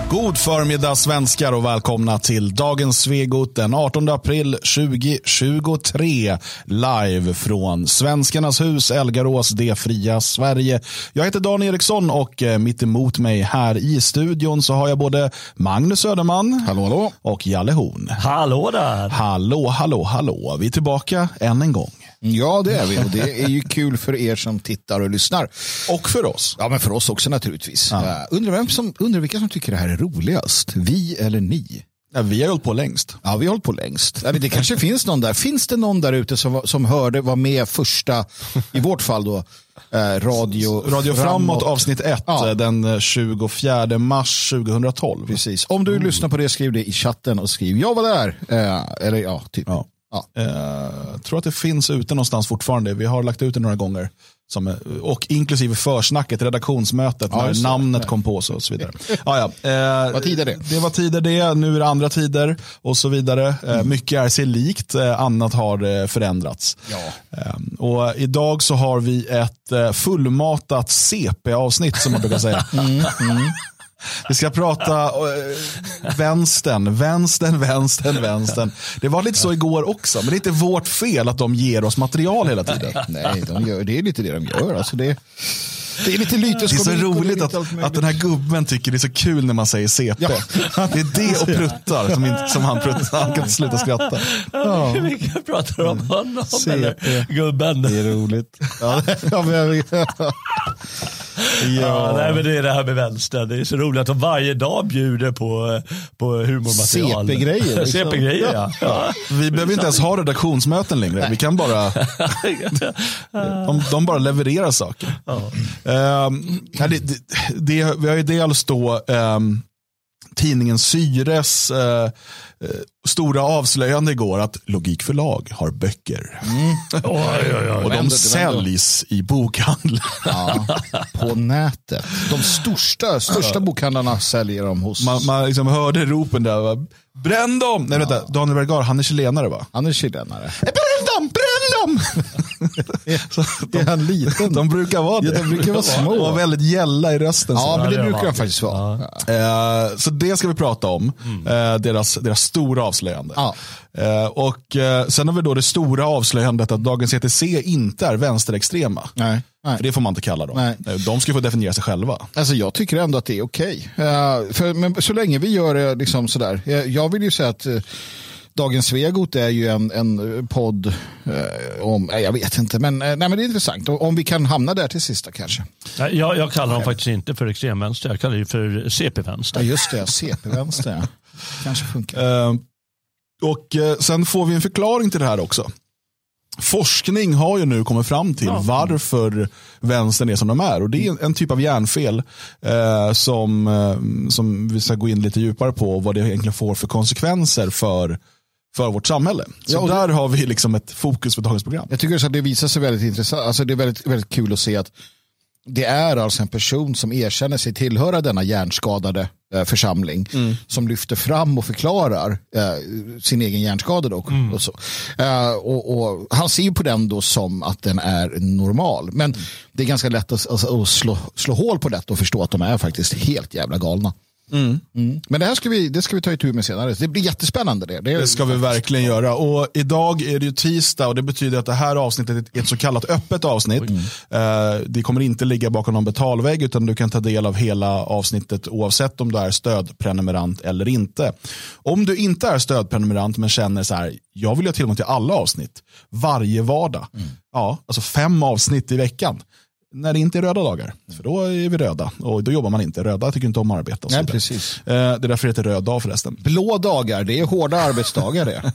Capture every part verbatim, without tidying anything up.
God förmiddag svenskar och välkomna till dagens Svegot den artonde april tjugohundratjugotre live från Svenskarnas hus, Elgarås, det fria Sverige. Jag heter Dan Eriksson och mitt emot mig här i studion så har jag både Magnus Söderman hallå, hallå. och Jalle Horn. Hallå där! Hallå, hallå, hallå. Vi är tillbaka än en gång. Ja, det är vi och det är ju kul för er som tittar och lyssnar. Och för oss. Ja, men för oss också naturligtvis. Ja. Uh, undrar, vem som, undrar vilka som tycker det här är roligast. Vi eller ni? Ja, vi har hållit på längst. Ja, vi har hållit på längst. Ja, det kanske finns någon där. Finns det någon där ute som, som hörde, var med första, i vårt fall då, eh, radio, radio Framåt, framåt avsnitt ett ja. Den tjugofjärde mars tjugotolv. Precis. Om du mm. lyssnar på det, skriv det i chatten och skriv jag var där. Eh, eller ja, typ. Ja. Ja. Jag tror att det finns ute någonstans fortfarande. Vi har lagt ut det några gånger. Som, och inklusive försnacket, redaktionsmötet, ja, när namnet det. kom på så och så vidare. Ja, ja. Eh, vad tider det? Det var tider det, nu är det andra tider och så vidare. Mm. Eh, mycket är sig likt, eh, annat har eh, förändrats. Ja. Eh, och idag så har vi ett eh, fullmatat C P-avsnitt som man brukar säga. Mm. Mm. Vi ska prata äh, vänstern, vänstern, vänstern, vänstern. Det var lite så igår också, men det är inte vårt fel att de ger oss material hela tiden. Nej, de gör, det är lite det de gör. Alltså det, det är lite lytes. Det är så roligt att, att den här gubben tycker det är så kul när man säger C P. Ja. Det är det och pruttar som, inte, som han pruttar. Han kan inte sluta skratta. Ja. Vilka pratar om honom? C P. Eller gubben? Det är roligt. Ja, ja, men, ja. Ja, ja nej, men det är det här med vänster. Det är så roligt att de varje dag bjuder på, på humormaterial. C P-grejer. Liksom. C P-grejer, ja. Ja. Vi behöver inte ens ha redaktionsmöten längre. Nej. Vi kan bara de, de bara levererar saker. Ja. Um, det, det, det, vi har ju dels då um, tidningen Syres uh, uh, stora avslöjande igår att Logikförlag har böcker. Mm. Oj, oj, oj. Och de vänder, säljs i bokhandel. Ja, på nätet. De största, största bokhandlarna säljer dem hos... Man, man liksom hörde ropen där. Va? Bränn dem! Nej, vänta, Daniel Bergar, han är chilenare va? Han är chilenare. Bränn dem! Bränn dem! Så de, är han liten? De brukar vara det. Ja, de brukar vara små. Och väldigt gälla i rösten. Ja, så. men det, det brukar de faktiskt vara. Ja. Uh, så det ska vi prata om. Mm. Uh, deras, deras stora avslöjande. Ja. Uh, och uh, sen har vi då det stora avslöjandet att dagens C T C inte är vänsterextrema. Nej. Nej. För det får man inte kalla dem. Nej. De ska få definiera sig själva. Alltså jag tycker ändå att det är okej. Okay. Uh, för, men så länge vi gör det liksom sådär. Jag, jag vill ju säga att uh, Dagens Svegot är ju en, en podd uh, om, uh, jag vet inte, men, uh, nej, men det är intressant. Och, om vi kan hamna där till sista kanske. Jag, jag kallar dem faktiskt inte för extremvänster, jag kallar det för C P-vänster. Ja just det, C P-vänster. Ja. Kanske funkar. Uh, och uh, sen får vi en förklaring till det här också. Forskning har ju nu kommit fram till ja. varför vänstern är som de är. Och det är en, en typ av hjärnfel eh, som, eh, som vi ska gå in lite djupare på. Vad det egentligen får för konsekvenser för, för vårt samhälle. Så ja, där har vi liksom ett fokus för dagens program. Jag tycker så att det visar sig väldigt intressant. Alltså det är väldigt, väldigt kul att se att det är alltså en person som erkänner sig tillhöra denna hjärnskadade eh, församling mm. som lyfter fram och förklarar eh, sin egen hjärnskada då, mm. och så. Eh, och, och han ser ju på den då som att den är normal. Men mm. det är ganska lätt att, alltså, att slå, slå hål på det och förstå att de är faktiskt helt jävla galna. Mm. Mm. Men det här ska vi, det ska vi ta itu med senare. Det blir jättespännande det. Det, det ska vi verkligen göra. Och idag är det ju tisdag och det betyder att det här avsnittet är ett så kallat öppet avsnitt. Mm. Uh, det kommer inte ligga bakom någon betalvägg utan du kan ta del av hela avsnittet oavsett om du är stödprenumerant eller inte. Om du inte är stödprenumerant men känner så här, jag vill ha tillgång till alla avsnitt varje vardag. Mm. Ja, alltså fem avsnitt i veckan. När det inte är röda dagar. För då är vi röda. Och då jobbar man inte. Röda tycker inte om att arbeta. Nej, precis. Det är därför det heter röd dag förresten. Blå dagar, det är hårda arbetsdagar det.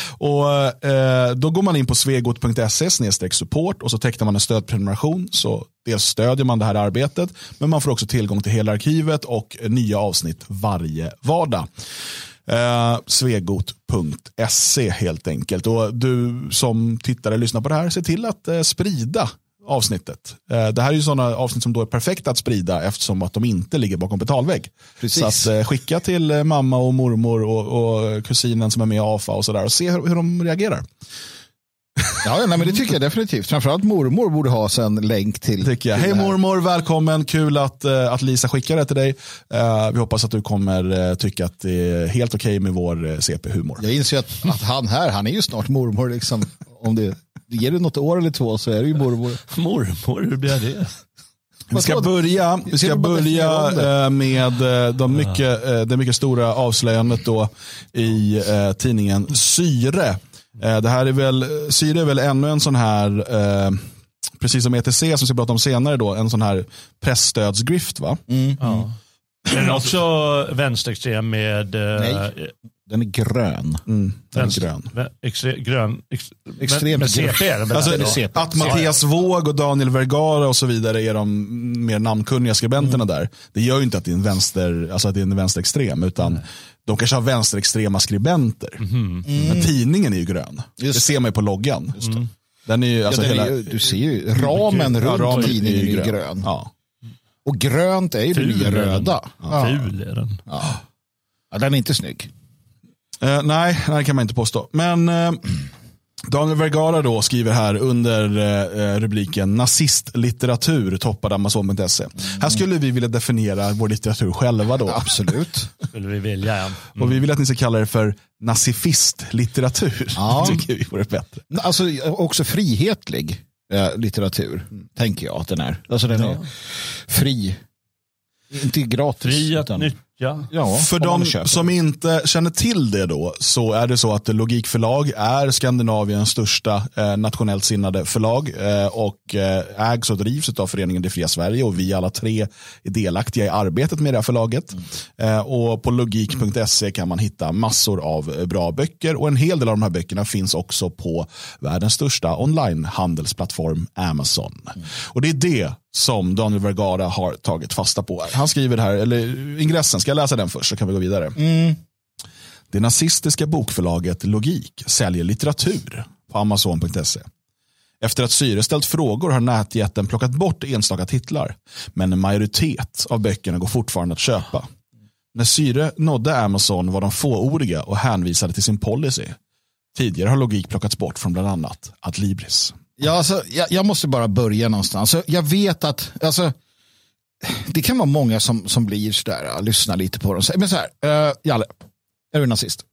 och eh, då går man in på svegot punkt se snedstreck support och så tecknar man en stödprenumeration. Så dels stödjer man det här arbetet. Men man får också tillgång till hela arkivet och nya avsnitt varje vardag. Eh, svegot punkt se helt enkelt. Och du som tittare lyssnar på det här, se till att eh, sprida avsnittet. Det här är ju sådana avsnitt som då är perfekta att sprida eftersom att de inte ligger bakom betalvägg. Precis. Så att skicka till mamma och mormor och, och kusinen som är med i A F A och sådär och se hur, hur de reagerar. Ja, nej, men det tycker jag definitivt. Framförallt mormor borde ha en länk till. Tycker jag. Hej mormor, välkommen. Kul att, att Lisa skickar det till dig. Uh, vi hoppas att du kommer uh, tycka att det är helt okej okay med vår uh, C P-humor. Jag inser att, att han här, han är ju snart mormor. Liksom. Om det ger det något år eller två så är det ju mormor. Mormor, hur blir det? Vi ska börja, vi ska börja med de mycket, det mycket stora avslöjandet då i uh, tidningen Syre. Det här är väl, Syre är väl ännu en sån här, eh, precis som E T C som vi ska prata om senare då, en sån här pressstödsgrift va? Mm. Ja. Den är också vänsterextrem med... Eh, Nej, den är grön. Mm, den vänster, är grön. Extre, grön ex, Extremt med C P. Alltså, att Mattias Våg och Daniel Vergara och så vidare är de mer namnkunniga skribenterna mm. där. Det gör ju inte att det är en vänster, alltså att det är en vänsterextrem, utan mm. de kanske har vänsterextrema skribenter. Mm. Men tidningen är ju grön. Just. Det ser man ju på loggan. Just mm. Den är ju, alltså ja, den hela, är ju, du ser ju, ramen runt ja, ramen tidningen är ju grön. grön. Ja. Och grönt är ju det nya röda. Ja. Ful är den. Ja. Ja, den är inte snygg. Uh, nej, det kan man inte påstå. Men uh, Daniel Vergara då skriver här under uh, rubriken nazistlitteratur toppade Amazon punkt se. Mm. Här skulle vi vilja definiera vår litteratur själva då. Ja, absolut. Skulle vi vilja, ja. Mm. Och vi vill att ni ska kalla det för nazifistlitteratur. Ja. Det tycker vi vore bättre. Alltså också frihetlig eh, litteratur, mm. tänker jag att den är. Alltså den ja. är fri. Inte gratis. Fri att utan... nyttja. Ja, för de som inte känner till det då, så är det så att Logikförlag är Skandinaviens största eh, nationellt sinnade förlag eh, och eh, ägs och drivs av föreningen Det fria Sverige, och vi alla tre är delaktiga i arbetet med det här förlaget. Mm. Eh, och på logik punkt se kan man hitta massor av bra böcker, och en hel del av de här böckerna finns också på världens största online-handelsplattform Amazon. Mm. Och det är det som Daniel Vergara har tagit fasta på. Han skriver här, eller ingressen, ska jag läsa den först så kan vi gå vidare. Mm. Det nazistiska bokförlaget Logik säljer litteratur på Amazon punkt se. Efter att Syre ställt frågor har nätjätten plockat bort enstaka titlar, men en majoritet av böckerna går fortfarande att köpa. När Syre nådde Amazon var de fåordiga och hänvisade till sin policy. Tidigare har Logik plockats bort från bland annat Adlibris. Ja, alltså, jag, jag måste bara börja någonstans. Alltså, jag vet att alltså, det kan vara många som, som blir sådär, ja, lyssna lite på dem. Men så här, uh, Jalle, är du nazist?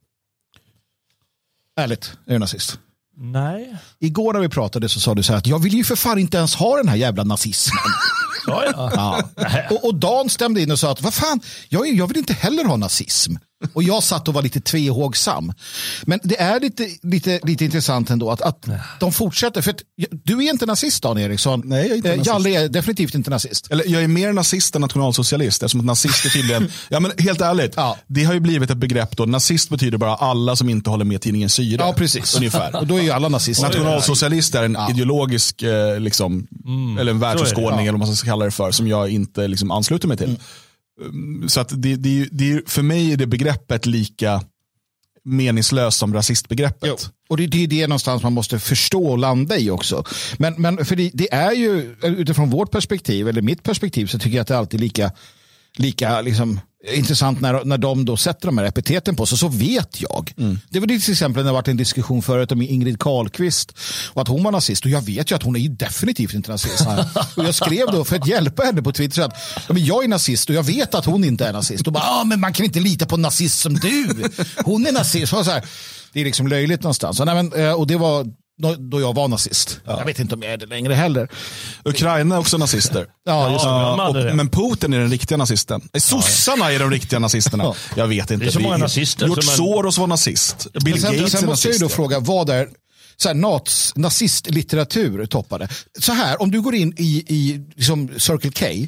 Ärligt, är du nazist? Nej. Igår när vi pratade så sa du så här att jag vill ju för fan inte ens ha den här jävla nazismen. Ja, ja. Ja. Och, och Dan stämde in och sa att vad fan, jag, jag vill inte heller ha nazism. Och jag satt och var lite tvehågsam. Men det är lite, lite, lite intressant ändå att, att de fortsätter. För att, du är inte nazist, Dan Eriksson. Nej, jag är inte nazist. Jalle är definitivt inte nazist. Eller jag är mer nazist än nationalsocialist. Eftersom att nazist är tydligen... ja, men helt ärligt. Ja. Det har ju blivit ett begrepp då. Nazist betyder bara alla som inte håller med tidningen Syre. Ja, precis. Ungefär. Och då är ju alla nazister. Nationalsocialist är en ja. ideologisk eh, liksom, mm. eller en världsåskådning, ja. eller vad man ska kalla det för, som jag inte liksom, ansluter mig till. Mm. Så att det, det, det, för mig är det begreppet lika meningslöst som rasistbegreppet. Jo. Och det, det är det någonstans man måste förstå och landa i också. Men, men för det, det är ju, utifrån vårt perspektiv, eller mitt perspektiv, så tycker jag att det är alltid lika, lika liksom, intressant när, när de då sätter de här epiteten på sig. Så vet jag. Mm. Det var det till exempel när det varit en diskussion förut om Ingrid Carlqvist och att hon var nazist. Och jag vet ju att hon är ju definitivt inte nazist. Och jag skrev då för att hjälpa henne på Twitter att ja, men jag är nazist och jag vet att hon inte är nazist. Och bara, ah, men man kan inte lita på nazist som du. Hon är nazist. Så här, det är liksom löjligt någonstans. Och, nej, men, och det var då jag var nazist. Ja. Jag vet inte om jag är det längre heller. Ukraina är också nazister. Ja, just ja, och, men Putin är den riktiga nazisten. Sossarna är de riktiga nazisterna. Ja. Jag vet inte. Det är så många nazister. George Soros var nazist. Bill sen, Gates sen är måste nazist. Jag då fråga, vad är så här, nats, nazistlitteratur toppade? Så här, om du går in i, i liksom Circle K,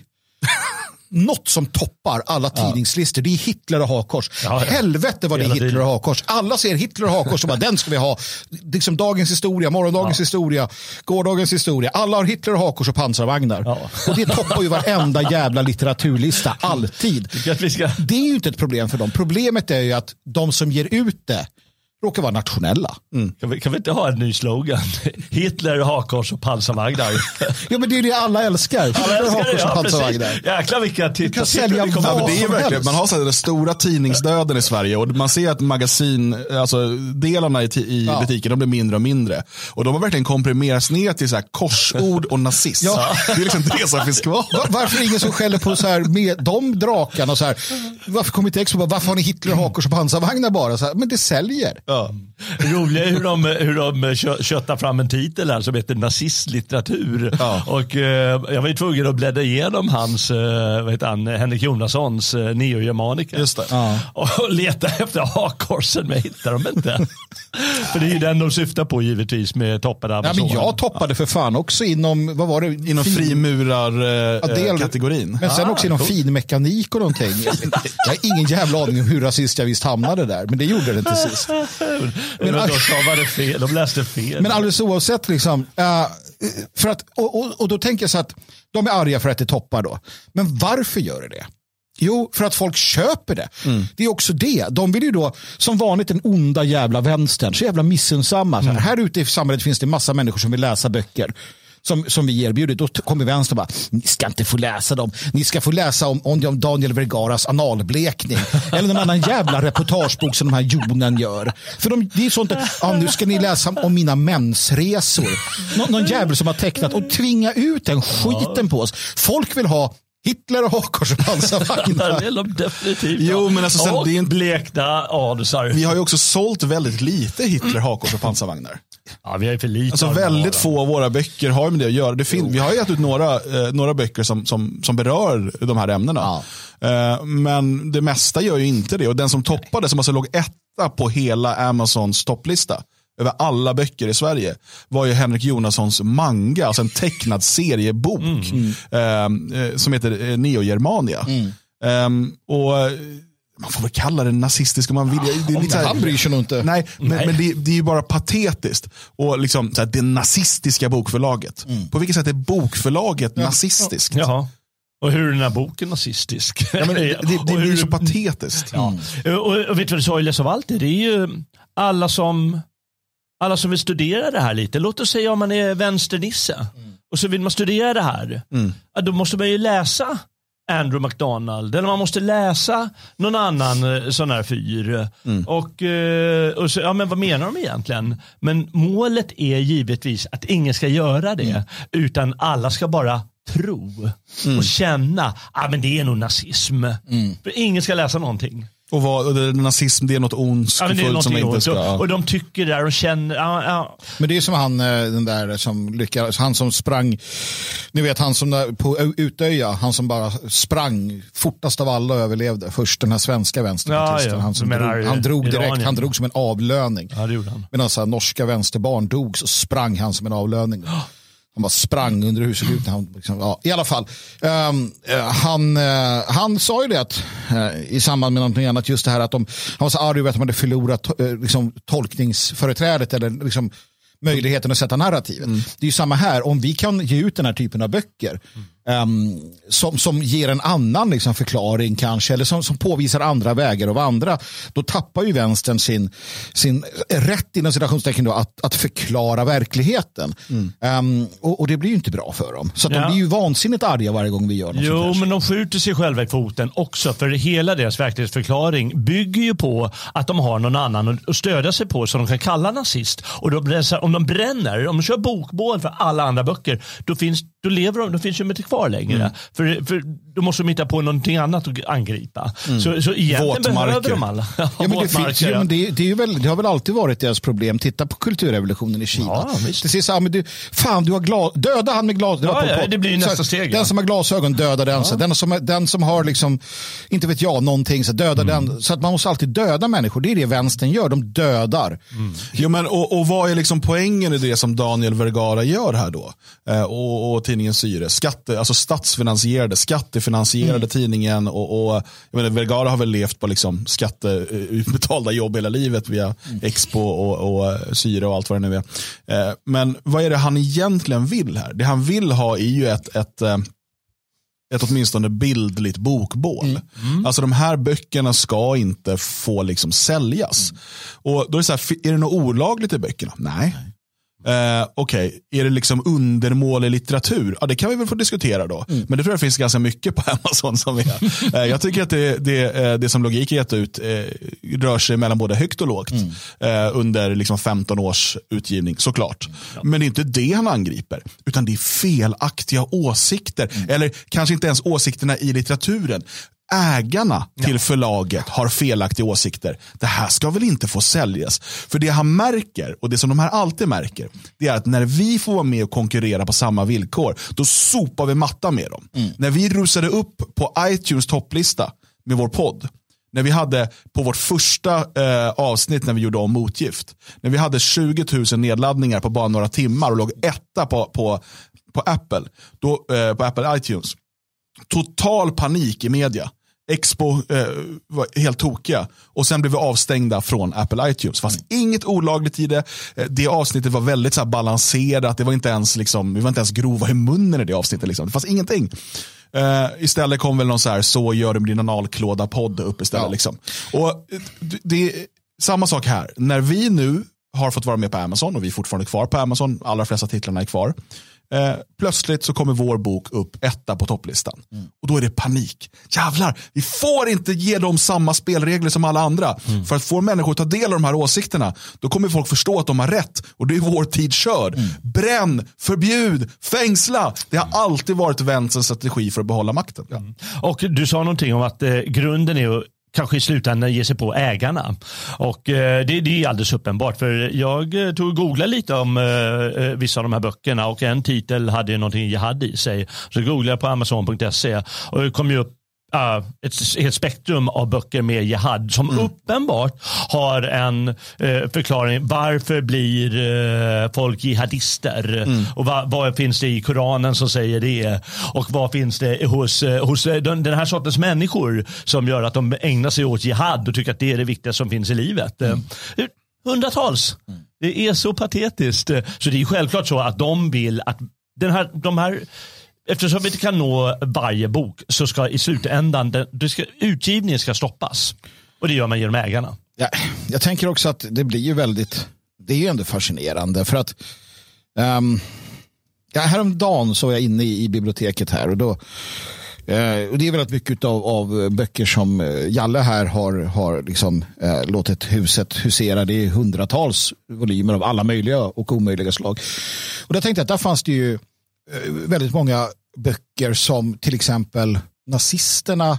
något som toppar alla tidningslistor, det är Hitler och Hakors. Ja, ja. Helvete vad det är Hitler och Hakors. Alla ser Hitler och Hakors och bara, den ska vi ha. Liksom dagens historia, morgondagens ja. historia, gårdagens historia. Alla har Hitler och Hakors och pansarvagnar. Ja. Och det toppar ju varenda jävla litteraturlista, alltid. Vi ska... Det är ju inte ett problem för dem. Problemet är ju att de som ger ut det råkar vara nationella. Mm. Kan, vi, kan vi inte ha en ny slogan? Hitler, hakkors och pansarvagnar. Ja, men det är det alla älskar. Alla älskar hakkors det, och ja, pansarvagnar. Jäklar vilka titta. Du kan sälja vad ja, det är som verkligen, helst. man har så här den stora tidningsdöden i Sverige och man ser att magasin, alltså delarna i, i Ja. butiken, de blir mindre och mindre. Och de har verkligen komprimerats ner till så här korsord och nazism. Ja. Det är liksom det som finns kvar. Var, varför är ingen som skäller på så här med de drakarna och så här, varför kommer inte Expo på, varför har ni Hitler, hakkors och pansarvagnar bara? Så här, men det säljer. Ja. Roligt hur de, hur de köttar fram en titel här som heter nazistlitteratur. Ja. Och eh, jag var ju tvungen att bläddra igenom hans, eh, vad heter han, Henrik Jonassons eh, Neo-Germanica. Just det. Ja. Och leta efter hakkorsen, men hittar de inte. För det är ju den de syftar på givetvis med toppen av Ja, men jag toppade för fan också inom, vad var det? Inom Fin- frimurar-kategorin. Men sen Ah, också inom cool. finmekanik och någonting. Jag har ingen jävla aning om hur rasist jag visst hamnade där, men det gjorde det till sist. Men de stavade fel, de läste fel. Men alldeles oavsett liksom, uh, för att, och, och, och då tänker jag så att de är arga för att det toppar då. Men varför gör det det? Jo, för att folk köper det. Mm. Det är också det. De vill ju då, som vanligt, den onda jävla vänstern, så jävla missunnsamma. Mm. Så här, här ute i samhället finns det massa människor som vill läsa böcker. Som, som vi erbjuder, då kommer vänster och bara, ni ska inte få läsa dem. Ni ska få läsa om, om Daniel Vergaras analblekning. Eller någon annan jävla reportagebok som de här Jonen gör. För de, det är sånt, ja, nu ska ni läsa om mina mensresor. Nå, någon jävel som har tecknat och tvinga ut den skiten på oss. Folk vill ha Hitler och hakkors och pansarvagnar. Det är de definitivt. Jo, men alltså sen, och det är inte... blekta adelsar. Vi har ju också sålt väldigt lite Hitler, hakkors och pansarvagnar. Ja, vi är för lite. Alltså väldigt få av våra böcker har med det att göra. Det fin- vi har gett ut några, eh, några böcker som, som, som berör de här ämnena. Ja. Eh, men det mesta gör ju inte det. Och den som toppade, som alltså låg etta på hela Amazons topplista över alla böcker i Sverige, var ju Henrik Jonassons manga, alltså en tecknad seriebok mm. eh, som heter eh, Neo-Germania. Mm. Eh, och man får väl kalla det nazistiskt om man vill. Det är lite Han bryr sig nog inte. Nej, men, Nej. men det, det är ju bara patetiskt. Och liksom så här, det nazistiska bokförlaget. Mm. På vilket sätt är bokförlaget ja. nazistiskt? Jaha. Och hur är den här boken nazistisk? Ja, men det det, det, det är ju så patetiskt. Ja. Mm. Och, och vet du vad det sorgliga av allt är? Det är ju alla som, alla som vill studera det här lite. Låt oss säga om man är vänsternisse. Mm. Och så vill man studera det här. Mm. Ja, då måste man ju läsa Andrew McDonald, eller man måste läsa någon annan sån här fyr. Mm. Och, och så, ja men vad menar de egentligen? Men målet är givetvis att ingen ska göra det, mm. utan alla ska bara tro mm. och känna att ah, men det är nog nazism. Mm. För ingen ska läsa någonting. Och, vad, och det, nazism, det är något ondskefullt ja, som inte ska... Och, och de tycker det och känner... Ja, ja. Men det är som han, den där som lyckades, han som sprang, ni vet han som där på Utöja, han som bara sprang fortast av alla och överlevde. Först den här svenska vänsterpartisten. Ja, ja. Han, som drog, han drog direkt, Iranien. Han drog som en avlöning. Ja, det gjorde han. Medan så här, norska vänsterbarn dog så sprang han som en avlöning. Han bara sprang under huset ut. Han, liksom, ja, i alla fall. Um, han, uh, han sa ju det att, uh, i samband med någonting annat, just det här att de, han var så arg över att man hade förlorat uh, liksom, tolkningsföreträdet eller liksom, möjligheten att sätta narrativet. Mm. Det är ju samma här. Om vi kan ge ut den här typen av böcker mm. um, som, som ger en annan liksom, förklaring kanske, eller som, som påvisar andra vägar att vandra, då tappar ju vänstern sin, sin rätt inom citationstecken då, att, att förklara verkligheten. Mm. Um, och, och det blir ju inte bra för dem. Så att ja. de blir ju vansinnigt arga varje gång vi gör något. Jo, men de skjuter sig själva i foten också, för hela deras verklighetsförklaring bygger ju på att de har någon annan att stödja sig på som de kan kalla nazist. Och då blir det så här, om de bränner, om de kör bokbål för alla andra böcker, då, finns, då lever de, då finns ju inte kvar längre. Mm. För, för då måste de hitta på någonting annat att angripa. Mm. Så, så egentligen behöver de alla. Ja, men det, finns, ja, men det, det, är ju väl, det har väl alltid varit deras problem. Titta på kulturrevolutionen i Kina. Ja, det säger så här, men du, fan, du har glas, döda han med glas. Ja, ja, det blir ju nästa så, steg. Den ja. som har glasögon, döda den. Ja. Den, som, den som har liksom, inte vet jag, någonting, så döda mm. den. Så att man måste alltid döda människor. Det är det vänstern gör, de dödar. Mm. Jo, men, och, och vad är liksom poängen i det som Daniel Vergara gör här då? Eh, och, och tidningen Syre. Skatte, alltså statsfinansierade, skattefinansierade mm. tidningen. Och, och jag menar, Vergara har väl levt på liksom skatteutbetalda jobb hela livet via mm. Expo och, och Syre och allt vad det nu är. Eh, men vad är det han egentligen vill här? Det han vill ha är ju ett, ett, ett åtminstone bildligt bokbål. Mm. Mm. Alltså de här böckerna ska inte få liksom säljas. Mm. Och då är det så här, är det något olagligt i böckerna? Nej. Nej. Uh, Okej, okay. Är det liksom undermålig litteratur? Ja, det kan vi väl få diskutera då. Mm. Men det tror jag finns ganska mycket på Amazon som är. uh, jag tycker att det, det, det som Logik gett ut uh, rör sig mellan både högt och lågt mm. uh, under liksom femton års utgivning, såklart. Mm. Ja. Men det är inte det han angriper, utan det är felaktiga åsikter. Mm. Eller kanske inte ens åsikterna i litteraturen. Ägarna till förlaget har felaktiga åsikter. Det här ska väl inte få säljas. För det han märker, och det som de här alltid märker, det är att när vi får vara med och konkurrera på samma villkor, då sopar vi matta med dem. Mm. När vi rusade upp på iTunes topplista med vår podd, när vi hade på vårt första eh, avsnitt när vi gjorde om Motgift, när vi hade tjugo tusen nedladdningar på bara några timmar och låg etta på, på, på Apple, då, eh, på Apple iTunes. Total panik i media. Expo eh, var helt tokiga. Och sen blev vi avstängda från Apple iTunes. Fast mm. inget olagligt i det. Det avsnittet var väldigt så här balanserat. Det var inte ens liksom, vi var inte ens grova i munnen i det avsnittet. Liksom. Det fanns ingenting. Uh, istället kom väl någon så här, så gör du med din analklåda podd upp istället. Ja. Liksom. Och det, det är samma sak här. När vi nu har fått vara med på Amazon, och vi är fortfarande kvar på Amazon, allra flesta titlarna är kvar. Eh, plötsligt så kommer vår bok upp etta på topplistan. Mm. Och då är det panik. Jävlar, vi får inte ge dem samma spelregler som alla andra. Mm. För att få människor att ta del av de här åsikterna, då kommer folk förstå att de har rätt. Och det är vår tid körd. Mm. Bränn, förbjud, fängsla. Det har alltid varit vänsterns strategi för att behålla makten. Ja. Mm. Och du sa någonting om att eh, grunden är att kanske i slutändan ge sig på ägarna. Och eh, det, det är alldeles uppenbart. För jag eh, tog och googlade lite om eh, vissa av de här böckerna. Och en titel hade någonting jihad i sig. Så googlade jag på amazon punkt se. Och det kom ju upp Uh, ett, ett spektrum av böcker med jihad som mm. uppenbart har en uh, förklaring. Varför blir uh, folk jihadister? Mm. Och va, vad finns det i Koranen som säger det? Och vad finns det hos, uh, hos uh, den, den här sortens människor som gör att de ägnar sig åt jihad och tycker att det är det viktiga som finns i livet? Mm. Uh, hundratals. Mm. Det är så patetiskt. Så det är självklart så att de vill att den här, de här eftersom vi inte kan nå varje bok, så ska i slutändan den, det ska, utgivningen ska stoppas. Och det gör man genom ägarna. Ja, jag tänker också att det blir ju väldigt, det är ju ändå fascinerande för att um, ja, häromdagen så var jag inne i, i biblioteket här och då uh, och det är väldigt mycket av, av böcker som uh, Jalle här har, har liksom uh, låtit huset husera. Det är hundratals volymer av alla möjliga och omöjliga slag. Och då tänkte jag att där fanns det ju väldigt många böcker som till exempel nazisterna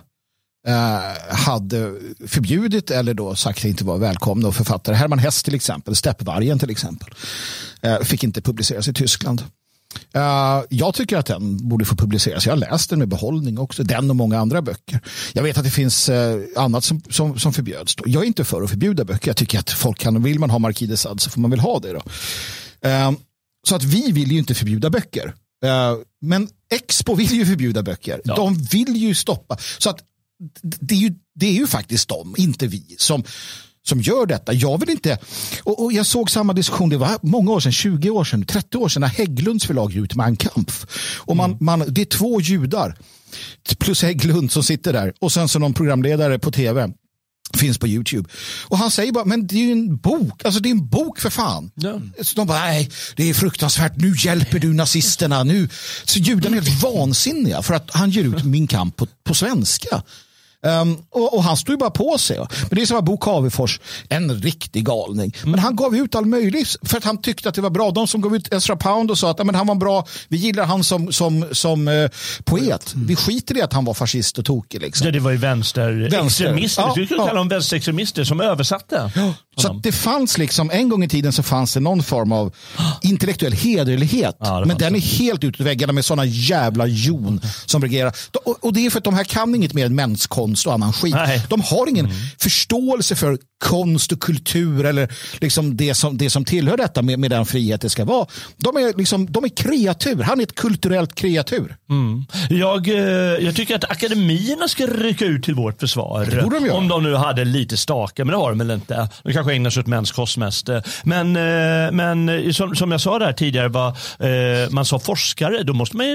eh, hade förbjudit eller då sagt att inte var välkomna och författare. Hermann Hesse till exempel, Steppvargen till exempel, eh, fick inte publiceras i Tyskland. Uh, jag tycker att den borde få publiceras. Jag har läst den med behållning också. Den och många andra böcker. Jag vet att det finns uh, annat som, som, som förbjöds. Då. Jag är inte för att förbjuda böcker. Jag tycker att folk kan, vill man ha Marquis de Sade så får man väl ha det då. Uh, så att vi vill ju inte förbjuda böcker. Uh, men Expo vill ju förbjuda böcker. Ja. De vill ju stoppa. Så att det är ju, det är ju faktiskt de, inte vi, som, som gör detta. Jag vill inte, och, och jag såg samma diskussion, det var många år sedan, tjugo år sedan, trettio år sedan, när Hägglunds förlag ut med en kamp. Och man, mm. man, det är två judar plus Hägglund som sitter där. Och sen så någon programledare på tv. Finns på YouTube. Och han säger bara, men det är ju en bok. Alltså det är en bok för fan. Ja. Så de bara, nej, det är fruktansvärt. Nu hjälper du nazisterna. Nu. Så judarna är helt vansinniga för att han ger ut Min kamp på, på svenska. Um, och, och han stod ju bara på sig. Men det är som att Bo Cavefors, en riktig galning. Mm. Men han gav ut all möjligt för att han tyckte att det var bra. De som gav ut Ezra Pound och sa att men han var bra. Vi gillar han som, som, som uh, poet. Mm. Vi skiter i att han var fascist och tokig. Liksom. Ja, det var ju vänsterextremister. Ja, vi skulle ja. kalla dem vänsterextremister som översatte. Ja. Så att det fanns liksom, en gång i tiden så fanns det någon form av intellektuell hederlighet. Ja, men den är helt ut i väggarna med sådana jävla jon som regerar. Och, och det är för att de här kan inget mer än mänskkonst och annan skit. Nej. De har ingen mm. förståelse för konst och kultur eller liksom det som, det som tillhör detta med, med den frihet det ska vara. De är, liksom, de är kreatur. Han är ett kulturellt kreatur. Mm. Jag, jag tycker att akademierna ska rycka ut till vårt försvar. Det borde de göra. Om de nu hade lite staka, men det har de väl inte. De kanske ägnar sig åt mänskost mest. Men, men som, som jag sa där tidigare, var, man sa forskare, då måste man ju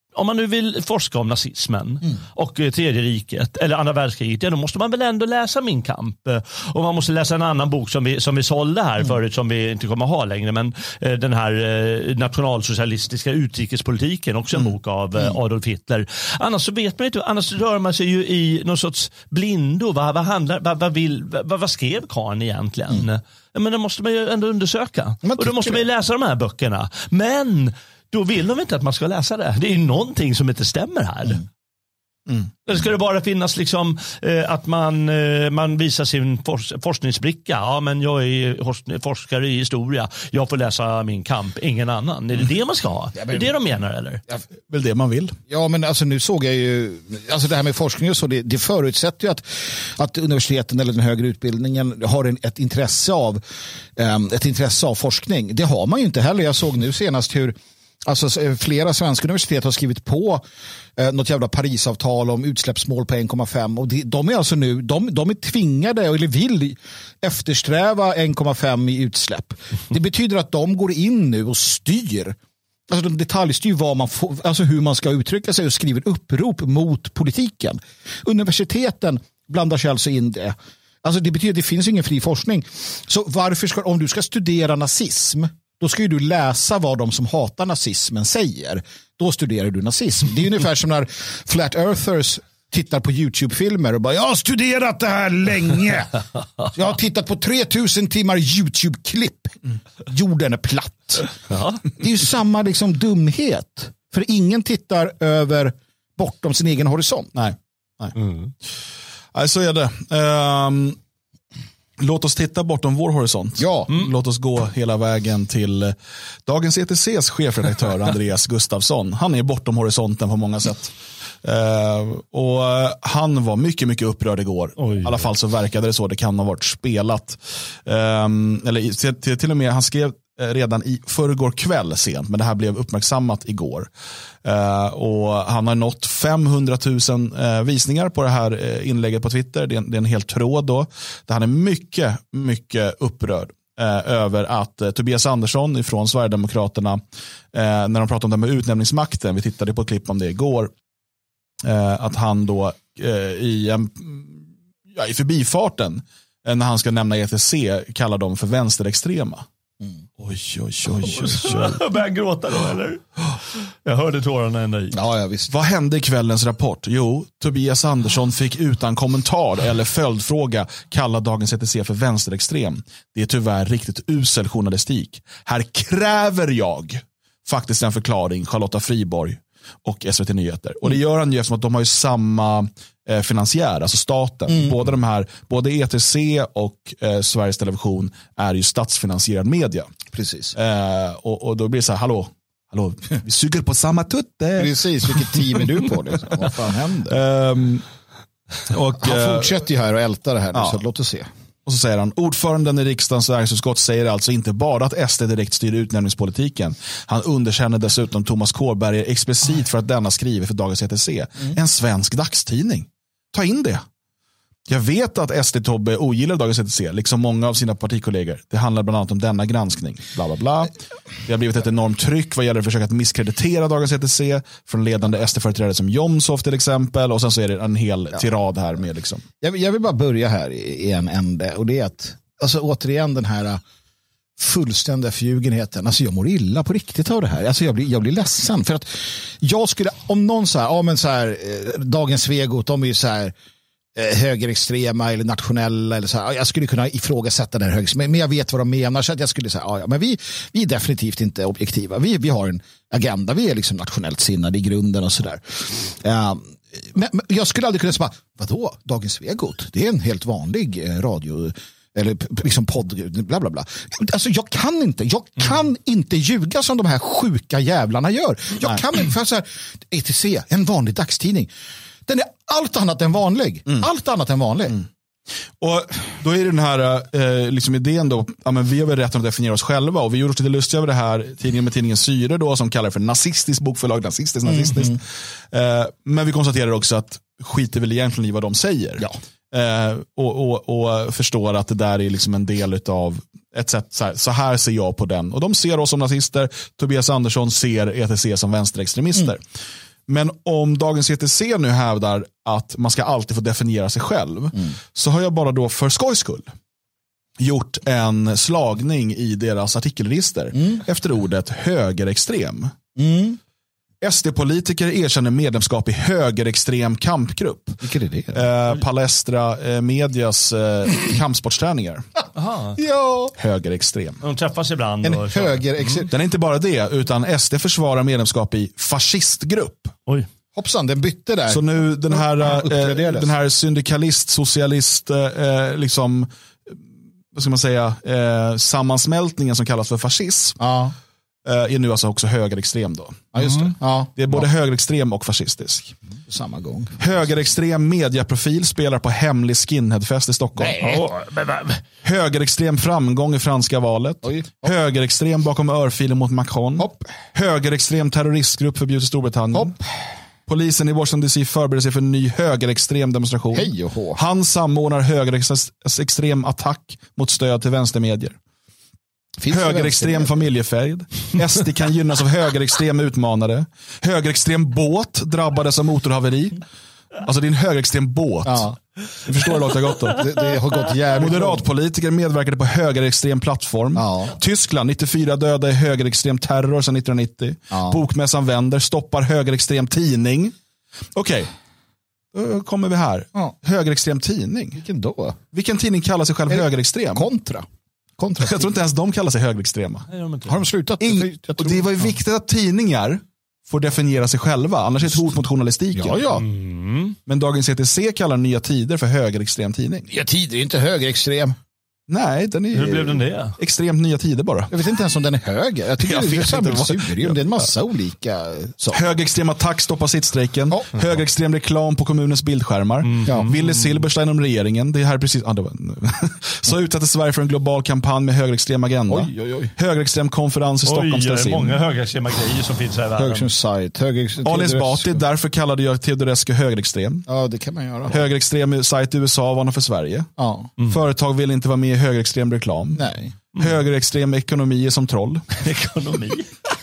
om man nu vill forska om nazismen mm. och eh, tredje riket eller andra världskriget, ja, då måste man väl ändå läsa Min kamp. Eh, och man måste läsa en annan bok som vi, som vi sålde här mm. förut, som vi inte kommer att ha längre, men eh, den här eh, nationalsocialistiska utrikespolitiken, också en mm. bok av eh, Adolf Hitler. Annars så vet man inte, annars rör man sig ju i någon sorts blindo. Vad, vad, handlar, vad, vad, vill, vad, vad skrev Karn egentligen? Mm. Men det måste man ju ändå undersöka. Och då måste man ju läsa de här böckerna. Men då vill de inte att man ska läsa det. Det är ju någonting som inte stämmer här. Mm. Mm. Eller ska det bara finnas liksom eh, att man, eh, man visar sin for- forskningsbricka? Ja, men jag är forskare i historia. Jag får läsa Min kamp, ingen annan. Är det det man ska ha? Ja, men, är det det de menar, eller? Ja, väl det man vill. Ja, men alltså nu såg jag ju, alltså det här med forskning och så, det, det förutsätter ju att, att universiteten eller den högre utbildningen har en, ett intresse av um, ett intresse av forskning. Det har man ju inte heller. Jag såg nu senast hur alltså flera svenska universitet har skrivit på eh, något jävla Parisavtal om utsläppsmål på en komma fem, och de, de är alltså nu de, de är tvingade eller vill eftersträva en komma fem i utsläpp. Det betyder att de går in nu och styr. Alltså de detaljstyr vad man får, alltså hur man ska uttrycka sig och skriver upprop mot politiken. Universiteten blandar sig alltså in det. Alltså det betyder att det finns ingen fri forskning. Så varför ska, om du ska studera nazism, då ska ju du läsa vad de som hatar nazismen säger. Då studerar du nazism. Det är ungefär som när Flat Earthers tittar på YouTube-filmer och bara, jag har studerat det här länge. Jag har tittat på tre tusen timmar YouTube-klipp. Jorden är platt. Ja. Det är ju samma liksom dumhet. För ingen tittar över bortom sin egen horisont. Nej, Nej. Mm. Nej, så är det. Um... Låt oss titta bortom vår horisont. Ja. Mm. Låt oss gå hela vägen till dagens E T C:s chefredaktör Andreas Gustafsson. Han är bortom horisonten på många sätt. Uh, och han var mycket, mycket upprörd igår. Oj, I alla fall så verkade det så. Det kan ha varit spelat. Um, eller till, till och med, han skrev redan i förrgår kväll sent, men det här blev uppmärksammat igår. Uh, och han har nått femhundratusen uh, visningar på det här uh, inlägget på Twitter. Det är, en, det är en hel tråd då. Där han är mycket, mycket upprörd uh, över att uh, Tobias Andersson ifrån Sverigedemokraterna, uh, när de pratar om det med utnämningsmakten, vi tittade på ett klipp om det igår, uh, att han då uh, i, um, ja, i förbifarten uh, när han ska nämna E T C kallar dem för vänsterextrema. Mm. Oj, oj, oj, oj, oj. Jag började gråta då, eller? Jag hörde tårarna ända i. Ja, ja, visst. Vad hände i kvällens rapport? Jo, Tobias Andersson fick utan kommentar eller följdfråga kalla dagens E T C för vänsterextrem. Det är tyvärr riktigt usel journalistik. Här kräver jag faktiskt en förklaring, Charlotta Friborg och S V T Nyheter. Och det gör han ju eftersom att de har ju samma eh, finansiär, alltså staten. Mm. Båda de här, både E T C och eh, Sveriges Television är ju statsfinansierad media. Precis. Eh, och, och då blir det så här, hallå, hallå, vi suger på samma tutte. Precis, vilket team är du på det? Vad fan händer? Um, och, han fortsätter ju här och ältar det här, ja. Så låt oss se. Och så säger han, ordföranden i riksdagens näringsutskott säger alltså inte bara att S D direkt styr utnämningspolitiken. Han underkänner dessutom Thomas Kårberger explicit för att denna skriver för dagens E T C. Mm. En svensk dagstidning. Ta in det. Jag vet att S D-Tobbe ogillar dagens E T C, liksom många av sina partikollegor. Det handlar bland annat om denna granskning. Bla bla bla. Det har blivit ett enormt tryck vad gäller att försöka att misskreditera dagens E T C från ledande S D-företrädare som Jomshof till exempel. Och sen så är det en hel ja. tirad här med liksom. Jag, jag vill bara börja här i en ände. Och det är att, alltså återigen den här fullständiga förljugenheten. Alltså jag mår illa på riktigt av det här. Alltså jag blir, jag blir ledsen. För att jag skulle, om någon så här, ja men så här, dagens Svegot, de är ju så här högerextrema eller nationella eller så här. Jag skulle kunna ifrågasätta det här högst, men jag vet vad de menar, så att jag skulle säga, ja, men vi, vi är definitivt inte objektiva. Vi, vi har en agenda, vi är liksom nationellt sinnade i grunden och sådär. Uh, men, men jag skulle aldrig kunna säga, vadå, dagens Svegot? Det är en helt vanlig eh, radio eller liksom podd, bla bla bla. Alltså jag kan inte, jag kan mm. inte ljuga som de här sjuka jävlarna gör. Jag Nej. kan inte, för så här, E T C, en vanlig dagstidning. Den är allt annat än vanlig. Mm. Allt annat än vanlig. Mm. Och då är det den här eh, liksom idén då, ja, men vi har väl rätt att definiera oss själva, och vi gjorde oss lite lustiga över det här tidningen med tidningen Syre då, som kallar det för nazistiskt bokförlag, nazistiskt, nazistiskt. Mm. Eh, men vi konstaterar också att skiter väl egentligen i vad de säger. Ja. Eh, och, och, och förstår att det där är liksom en del av ett sätt, så här, så här ser jag på den. Och de ser oss som nazister, Tobias Andersson ser E T C som vänsterextremister. Mm. Men om Dagens E T C nu hävdar att man ska alltid få definiera sig själv, mm. så har jag bara då för skojs skull gjort en slagning i deras artikelregister mm. efter ordet högerextrem. Mm. S D-politiker erkänner medlemskap i högerextrem kampgrupp. Vilket är det? Eh, Palestra eh, Medias eh, kampsportsträningar. Aha. Ja. Högerextrem. De träffas ibland. En och högerextrem. Mm. Den är inte bara det, utan S D försvarar medlemskap i fascistgrupp. Oj. Hoppsan, den bytte där. Så nu den här, eh, den här syndikalist, socialist, eh, liksom, vad ska man säga, eh, sammansmältningen som kallas för fascism. Ja. Är nu alltså också högerextrem då. Ja, just det. Mm. Ja. Det är både ja. högerextrem och fascistisk. Mm. På samma gång. Högerextrem mediaprofil spelar på hemlig skinheadfest i Stockholm. Oh, högerextrem framgång i franska valet. Oj. Högerextrem bakom örfilen mot Macron. Hopp. Högerextrem terroristgrupp förbjuds i Storbritannien. Hopp. Polisen i Washington D C förbereder sig för en ny högerextrem demonstration. Hej och hå. Han samordnar högerextrem attack mot stöd till vänstermedier. Finns högerextrem familjefärd. S D kan gynnas av högerextrem utmanare. Högerextrem båt drabbades av motorhaveri. Alltså det är en högerextrem båt. Ja. Du förstår hur långt det har gått då. Det, det har gått jävligt. Moderatpolitiker medverkade på högerextrem plattform. Ja. Tyskland, nittiofyra döda i högerextrem terror sedan nittonhundranittio. Ja. Bokmässan vänder, stoppar högerextrem tidning. Okej, okay. Då kommer vi här. Ja. Högerextrem tidning. Vilken då? Vilken tidning kallar sig själv högerextrem? Kontra. Kontra. Jag tror inte ens de kallar sig högerextrema. Nej, de har de slutat? In, och det var ju viktigt att tidningar får definiera sig själva. Annars är det ett hot mot journalistiken. Ja, ja. Mm. Men Dagens E T C kallar Nya Tider för högerextrem tidning. Nya Tider är inte högerextrem. Nej, den är Hur blev den det? Extremt Nya Tider bara. Jag vet inte ens om den är höger. Jag tycker jag det är samhällssurium. Det är en massa ja. olika saker. Högerextrem attack stoppar sittstrejken. Oh. Högerextrem reklam på kommunens bildskärmar. Mm. Ja. Ville Silberstein om regeringen. Det här är precis... Ah, det var... Så utsatte Sverige för en global kampanj med högerextrem agenda. Oj, oj, oj. Högerextrem konferens i Stockholm ställs in. Det är många högerextrema grejer som finns här i världen. Högerextrem sajt. Högerextrem... Ali Esbati, därför kallade jag Teodorescu högerextrem. Ja, det kan man göra. Högerextrem sajt i U S A varnar för Sverige. Ja. Mm. Företag vill inte vara med i högerextrem reklam. Nej. Mm. Högerextrem ekonomi är som troll. Ekonomi?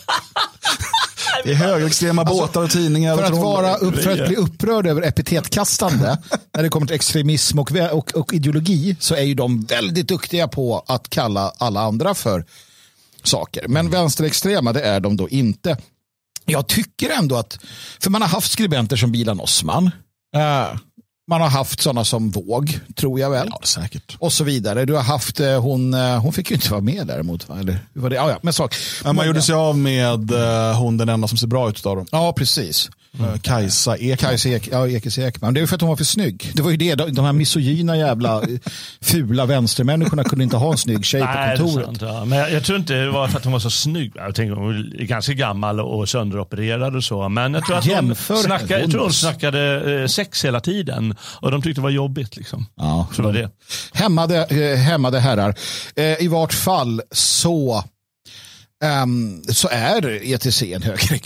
Det är högerextrema alltså, båtar och tidningar. För och att, vara upp, för att bli upprörd över epitetkastande när det kommer till extremism och, och, och ideologi så är ju de väldigt duktiga på att kalla alla andra för saker. Men vänsterextrema, det är de då inte. Jag tycker ändå att, för man har haft skribenter som Bilan Osman. Äh. Man har haft sådana som Våg, tror jag väl. Ja, säkert. Och så vidare. Du har haft, hon, hon fick ju inte vara med däremot. Va? Eller hur var det? Ja, ja, men sak. Ja, man gjorde sig av med uh, hon den enda som ser bra ut av dem. Ja, precis. Mm. Kajsa Ekman. Kajsa Ek, ja, Ekis Ekman. Det är ju för att hon var för snygg. Det var ju det, de här misogyna jävla fula vänstermänniskorna kunde inte ha en snygg tjej Nej, på kontoret. Sant, ja. Men jag, jag tror inte det var för att hon var så snygg. Jag tänkte hon var ganska gammal och sönderopererad och så. Men jag tror att hon, snacka, jag tror hon snackade eh, sex hela tiden. Och de tyckte det var jobbigt liksom. Ja, så var det. Hämmade, eh, hämmade herrar. Eh, I vart fall så, um, så är E T C en höger...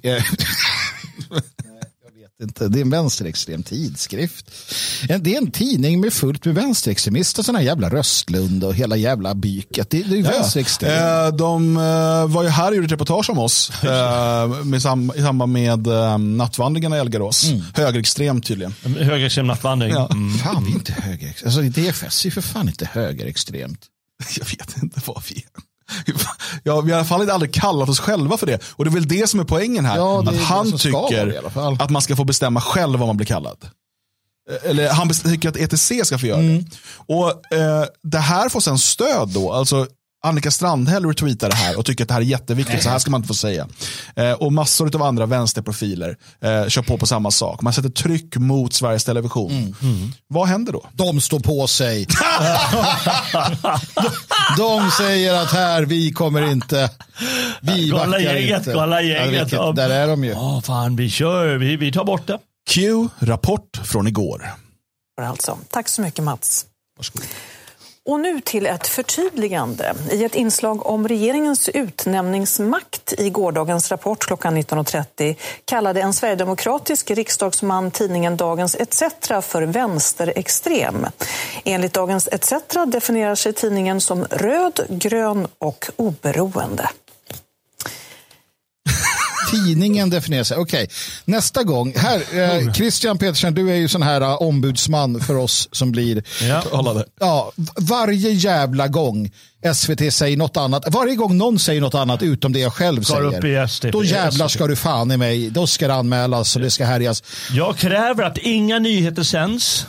Inte. Det är en vänsterextrem tidskrift. Det är en tidning med fullt med vänsterextremister, sådana jävla Röstlund och hela jävla byket. Det, det är ja. vänsterextrem. Eh, de eh, var ju här och gjorde ett reportage om oss eh, med sam- i samband med eh, nattvandringarna i Elgarås. Mm. Högerextrem tydligen. Högerextrem nattvandring. Ja. Mm. Fan, vi är inte högerextremt. Alltså, D F S är för fan inte högerextremt. Jag vet inte vad vi är. Ja, vi har i alla fall inte aldrig kallat oss själva för det. Och det är väl det som är poängen här. Ja, att han tycker att man ska få bestämma själv vad man blir kallad. Eller han tycker att E T C ska få göra mm. det. Och eh, det här får sen stöd då. Alltså Annika Strandhäll retweetar det här och tycker att det här är jätteviktigt. Nej. Så här ska man inte få säga. Eh, och massor av andra vänsterprofiler eh, kör på på samma sak. Man sätter tryck mot Sveriges Television. Mm. Mm. Vad händer då? De står på sig. de, de säger att här, vi kommer inte... Vi kolla backar gänget, inte. Kolla gänget. Ja, vilket, där är de ju. Ja, fan, vi kör. Vi, vi tar bort det. Q, rapport från igår. Alltså, tack så mycket Mats. Varsågod. Och nu till ett förtydligande. I ett inslag om regeringens utnämningsmakt i gårdagens Rapport klockan nitton trettio kallade en sverigedemokratisk riksdagsman tidningen Dagens E T C för vänsterextrem. Enligt Dagens E T C definierar sig tidningen som röd, grön och oberoende. tidningen definierar sig. Okej, okay. Nästa gång. Här, eh, Christian Petersen, du är ju sån här uh, ombudsman för oss som blir... Ja. Ja, varje jävla gång S V T säger något annat. Varje gång någon säger något annat utom det jag själv säger. Då jävlar ska du fan i mig. Då ska det anmälas och det ska härjas. Jag kräver att inga nyheter sänds.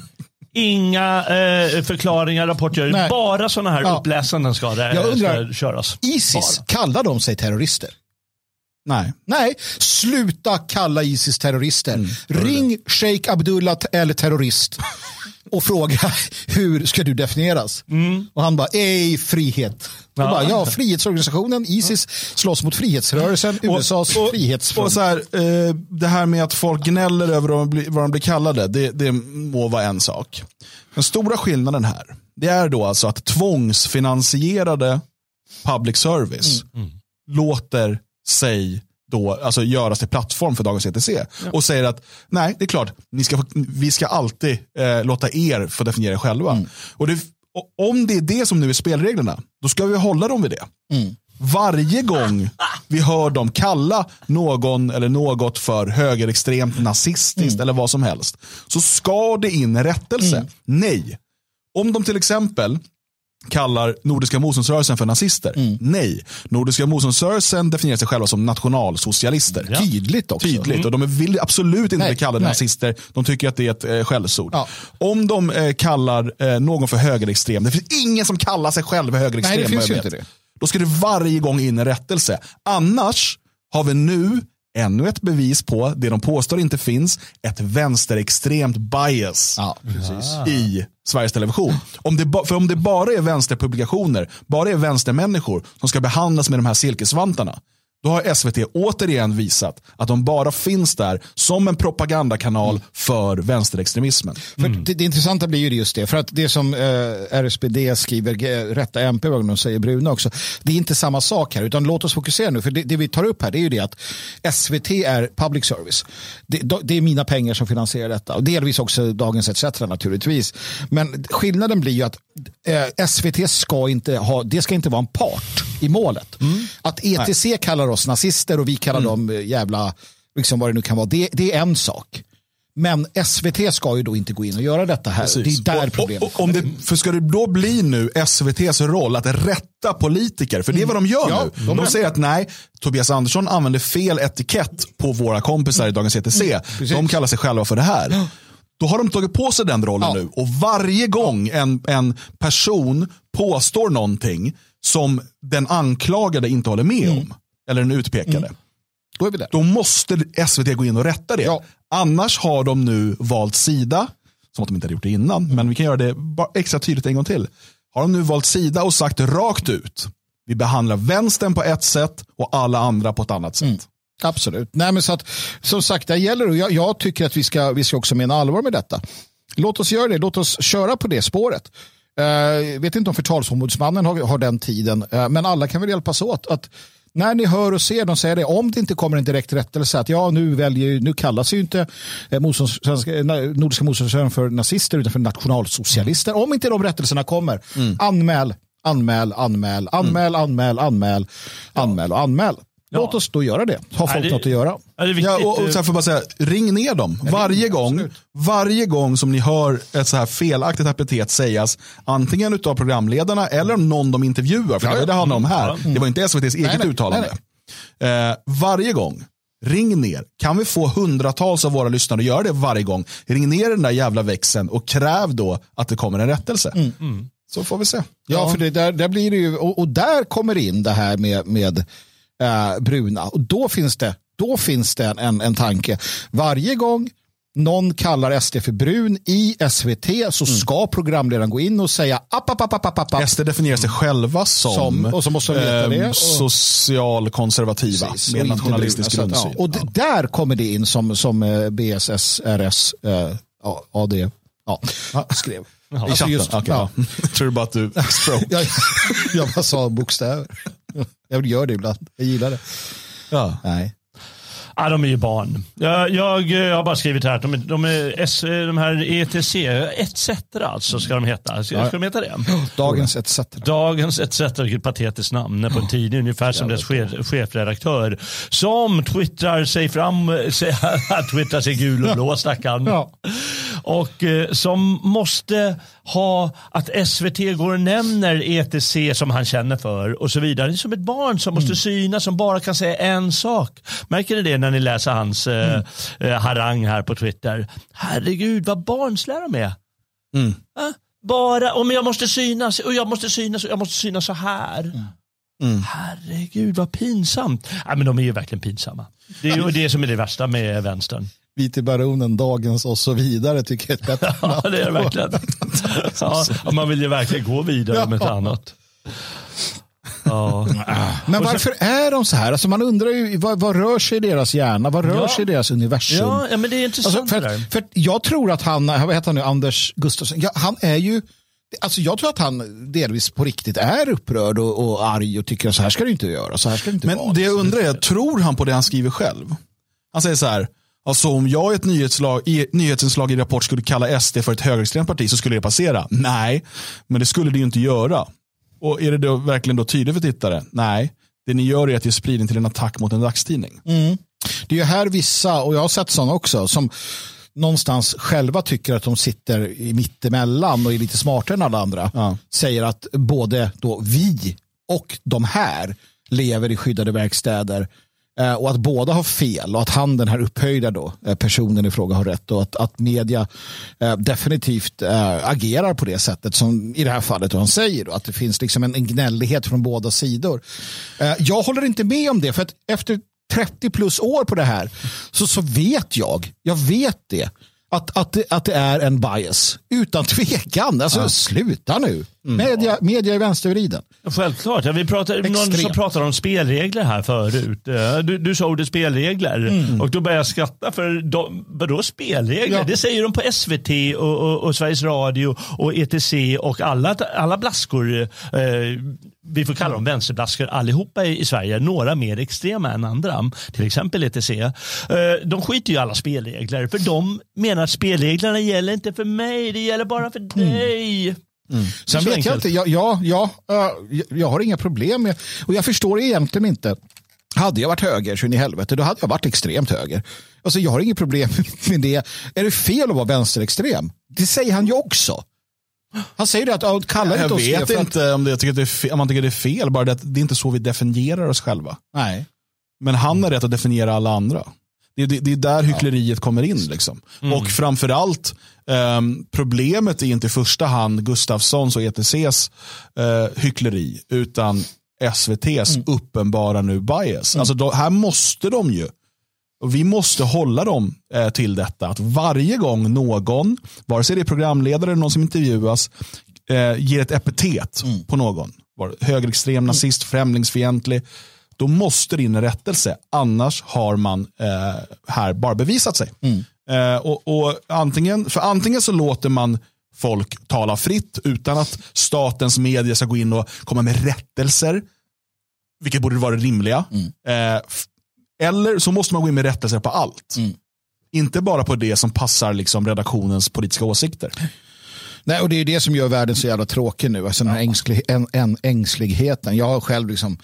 Inga eh, förklaringar, rapporter. Nej. Bara sådana här ja. uppläsanden ska, det, jag undrar, ska köras. ISIS, bara. Kallar de sig terrorister? Nej. Nej, sluta kalla ISIS terrorister. Mm, Ring Sheikh Abdullah eller terrorist och fråga hur ska du definieras? Mm. Och han bara, ej frihet. Ja. Bara, ja, frihetsorganisationen ISIS slåss mot frihetsrörelsen, U S A:s och, frihetsfront. Och så här, eh, det här med att folk gnäller över vad de blir, vad de blir kallade, det, det må vara en sak. Den stora skillnaden här, det är då alltså att tvångsfinansierade public service mm. Mm. låter sig då alltså göras till plattform för dagens C T C ja. och säger att nej, det är klart, ni ska, vi ska alltid eh, låta er få definiera själva. Mm. Och, det, och om det är det som nu är spelreglerna, då ska vi hålla dem vid det. Mm. Varje gång vi hör dem kalla någon eller något för högerextremt, nazistiskt mm. eller vad som helst, så ska det in rättelse. Mm. Nej. Om de till exempel kallar Nordiska motståndsrörelsen för nazister. Mm. Nej. Nordiska motståndsrörelsen definierar sig själva som nationalsocialister. Ja. Tydligt också. Tydligt. Mm. Och de vill absolut inte bli kallade nazister. De tycker att det är ett eh, skällsord. Ja. Om de eh, kallar eh, någon för högerextrem. Det finns ingen som kallar sig själv för högerextrem. Nej, det finns ju inte det. Då ska det varje gång in en rättelse. Annars har vi nu ännu ett bevis på det de påstår inte finns, ett vänsterextremt bias ja, precis. i Sveriges Television. Om det, för om det bara är vänsterpublikationer, bara är vänstermänniskor som ska behandlas med de här silkesvantarna, då har S V T återigen visat att de bara finns där som en propagandakanal mm. för vänsterextremismen. Mm. För det, det intressanta blir ju just det, för att det som eh, R S P D skriver, eh, rätta M P, vad de säger, Bruna också, det är inte samma sak här, utan låt oss fokusera nu, för det, det vi tar upp här, det är ju det att S V T är public service. Det, det är mina pengar som finansierar detta, och delvis också Dagens et cetera naturligtvis. Men skillnaden blir ju att eh, S V T ska inte ha, det ska inte vara en part i målet. Mm. Att E T C Nej. kallar oss nazister och vi kallar mm. dem jävla, liksom vad det nu kan vara, det, det är en sak. Men S V T ska ju då inte gå in och göra detta här. Precis. Det är där problemet och, och, om det, för ska det då bli nu S V T:s roll att rätta politiker, för det är vad de gör mm. nu. Ja, de, de säger att nej, Tobias Andersson använder fel etikett på våra kompisar mm. i Dagens E T C. Mm. De kallar sig själva för det här. Ja. Då har de tagit på sig den rollen ja. nu. Och varje gång en, en person påstår någonting som den anklagade inte håller med mm. om, eller den utpekade, mm. då, är vi där. då måste S V T gå in och rätta det. Ja. Annars har de nu valt sida, som att de inte hade gjort det innan, mm. men vi kan göra det bara extra tydligt en gång till. Har de nu valt sida och sagt rakt ut, vi behandlar vänstern på ett sätt och alla andra på ett annat sätt. Mm. Absolut. Nej, men så att, som sagt, det gäller, och jag, jag tycker att vi ska, vi ska också mena allvar med detta. Låt oss göra det, låt oss köra på det spåret. Jag uh, vet inte om förtalsombudsmannen har, har den tiden, uh, men alla kan väl hjälpas åt att när ni hör och ser dem säga det, om det inte kommer en direkt rättelse att ja, nu väljer, nu kallas ju inte eh, motstånds, eh, Nordiska motståndsrörelsen för nazister utan för nationalsocialister. Mm. Om inte de rättelserna kommer, mm. anmäl, anmäl, anmäl, anmäl, mm. anmäl, anmäl, anmäl och anmäl. Låt ja. oss då göra det. Har folk det, något att göra? Ja, och, och sen får jag bara säga, ring ner dem. Ja, varje gång absolut. varje gång som ni hör ett så här felaktigt epitet sägas, antingen utav programledarna eller om någon de intervjuar, för ja, det var det handlar om här. Mm. Det var inte S V T:s eget nej, nej, uttalande. Nej, nej. Eh, varje gång, ring ner. Kan vi få hundratals av våra lyssnare att göra det varje gång? Ring ner den där jävla växeln och kräv då att det kommer en rättelse. Mm. Mm. Så får vi se. Ja, ja. för det där, där blir det ju, och, och där kommer in det här med, med Uh, Bruna, och då finns det då finns det en, en tanke. Varje gång någon kallar S D för brun i S V T så mm. ska programledaren gå in och säga app, app, app, app, app. S D definierar sig själva som, som och så måste de veta det, och socialkonservativa med nationalistisk grundsyn. Ja, och d- där kommer det in som, som B S S R S uh, A D ja, skrev. Jaha, alltså just, okay, ja. Ja. Jag tror bara att du jag, jag bara sa bokstäver. Jag gör det ibland. Jag gillar det. Ja. Nej. Ja, de är ju barn. Jag, jag, jag har bara skrivit här att de, de är de här E T C, et cetera alltså ska de heta. Ska, ska de heta det? Dagens et cetera. Dagens et cetera, vilket patetiskt namn på en tidning, ungefär som dess chef, chefredaktör. Som twittrar sig fram, twittrar sig gul och blå stackarn. Ja. Och eh, som måste ha att S V T går och nämner E T C som han känner för och så vidare. Det är som ett barn som måste mm. synas, som bara kan säga en sak. Märker ni det när ni läser hans eh, mm. harang här på Twitter? Herregud, vad barnsliga de är. Mm. Äh? Bara, om jag måste synas och jag måste synas och jag måste synas så här. Mm. Mm. Herregud, vad pinsamt. Ja, men de är ju verkligen pinsamma. Det är ju det som är det värsta med vänstern. Vite baronen, dagens och så vidare tycker jag är ett bättre. Ja, det är det verkligen. Ja, man vill ju verkligen gå vidare ja. med ett annat. Ja. Men varför är de så här? Alltså man undrar ju, vad, vad rör sig i deras hjärna? Vad rör ja. sig i deras universum? Ja, ja men det är intressant. Alltså för, att, för att jag tror att han, vad heter han nu, Anders Gustafsson, ja, han är ju, alltså jag tror att han delvis på riktigt är upprörd och, och arg och tycker att så här ska det inte göra, så här ska det inte men vara. Men det jag undrar är, tror han på det han skriver själv? Han säger så här: alltså om jag i ett nyhetslag, i, nyhetsinslag i Rapport skulle kalla S D för ett högerextremt parti så skulle det passera. Nej, men det skulle det ju inte göra. Och är det då verkligen då tydligt för tittare? Nej, det ni gör är att ge spridning till en attack mot en dagstidning. Mm. Det är ju här vissa, och jag har sett sådana också, som någonstans själva tycker att de sitter i mittemellan och är lite smartare än alla andra. Ja. Säger att både då vi och de här lever i skyddade verkstäder. Och att båda har fel och att han, den här upphöjda då, personen i fråga, har rätt och att, att media eh, definitivt eh, agerar på det sättet som i det här fallet och han säger då, att det finns liksom en, en gnällighet från båda sidor. Eh, jag håller inte med om det, för att efter trettio plus år på det här så, så vet jag, jag vet det Att, att, det, att det är en bias. Utan tvekan. Alltså ja. sluta nu. Mm. Media, media är vänstervriden. Självklart. Ja, vi pratar, någon som pratar om spelregler här förut. Du, du sa ordet spelregler. Mm. Och då började jag skratta för de, vadå spelregler? Ja. Det säger de på S V T och, och, och Sveriges Radio och E T C och alla, alla blaskor. Eh, vi får kalla dem vänsterblaskor allihopa i, i Sverige. Några mer extrema än andra. Till exempel E T C. Eh, de skiter ju i alla spelregler. För de menar att spelreglerna gäller inte för mig. Det gäller bara för dig. Mm. Mm. Sen vet enkelt. jag inte, ja, ja, ja, jag, jag har inga problem med, och jag förstår egentligen inte. Hade jag varit höger så in i helvete, då hade jag varit extremt höger. Alltså jag har inget problem med det. Är det fel att vara vänsterextrem? Det säger han ju också. Han säger det att kallar jag inte oss. Jag vet inte om, det, jag tycker det är fel, om man tycker det är fel, bara det att det är inte så vi definierar oss själva. Nej. Men han har rätt att definiera alla andra. Det, det, det är där hyckleriet kommer in liksom. Mm. Och framförallt um, problemet är inte i första hand Gustafssons och E T C:s uh, hyckleri, utan S V T:s mm. uppenbara nu bias. Mm. Alltså då, här måste de ju, och vi måste hålla dem eh, till detta, att varje gång någon, vare sig det är programledare eller någon som intervjuas, eh, ger ett epitet mm. på någon, högerextrem, nazist, mm. främlingsfientlig, då måste det in en rättelse. Annars har man eh, här bara bevisat sig. Mm. Eh, och, och antingen, för antingen så låter man folk tala fritt utan att statens media ska gå in och komma med rättelser, vilket borde vara rimliga. Mm. Eh, eller så måste man gå in med rättelser på allt. Mm. Inte bara på det som passar liksom redaktionens politiska åsikter. Nej, och det är det som gör världen så jävla tråkig nu. Alltså den här ängslig, en, en, ängsligheten. Jag har själv liksom...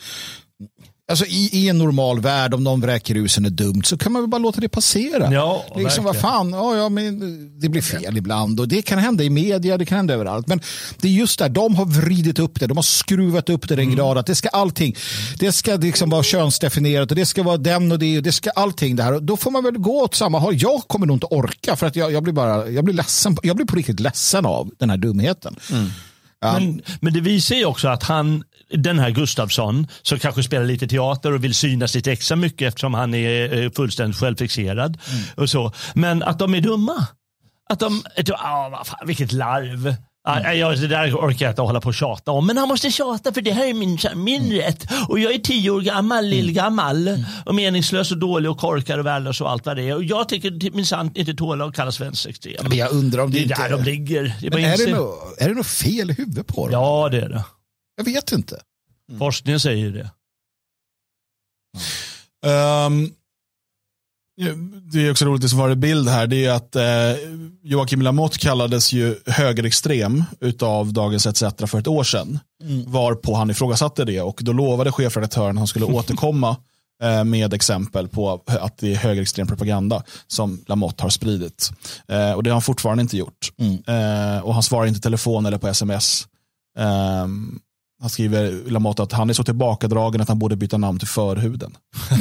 Alltså i, i en normal värld, om någon vräker ur sig är dumt, så kan man väl bara låta det passera. Ja, liksom, vad fan, ja, ja, men det blir fel ibland och det kan hända i media, det kan hända överallt. Men det är just där, de har vridit upp det, de har skruvat upp det den mm. grad att det ska allting, det ska liksom vara könsdefinierat och det ska vara den och det och det ska allting det här. Och då får man väl gå åt samma håll. Jag kommer nog inte orka, för att jag, jag blir bara, jag blir ledsen, jag blir på riktigt ledsen av den här dumheten. Mm. Ja. Men, men det visar ju också att han, den här Gustafsson, som kanske spelar lite teater och vill synas lite extra mycket eftersom han är fullständigt självfixerad mm. och så. Men att de är dumma. Att de, ah, vad fan, vilket larv. Mm. Ja, det där orkar jag inte hålla på och tjata om. Men han måste tjata, för det här är min, min mm. rätt. Och jag är tio år gammal, lillgammal. Mm. Och meningslös och dålig och korkad och värdelös och allt vad det är. Och jag tycker minsann inte tåla att kallas vänsterextrem. Men jag undrar om det, det är inte... där de ligger. Det är, men är, det no, är det något fel i huvudet på dem? Ja, det är det. Jag vet inte. Mm. Forskningen säger det. Mm. Um, Det är också roligt att vara bild här. Det är att eh, Joakim Lamotte kallades ju högerextrem utav Dagens et cetera för ett år sedan. Mm. Varpå han ifrågasatte det och då lovade chefredaktören att han skulle återkomma eh, med exempel på att det är högerextrem propaganda som Lamotte har spridit. Eh, och det har han fortfarande inte gjort. Mm. Eh, och han svarar inte telefon eller på sms. Eh, Han skriver Lamotte att han är så tillbakadragen att han borde byta namn till förhuden.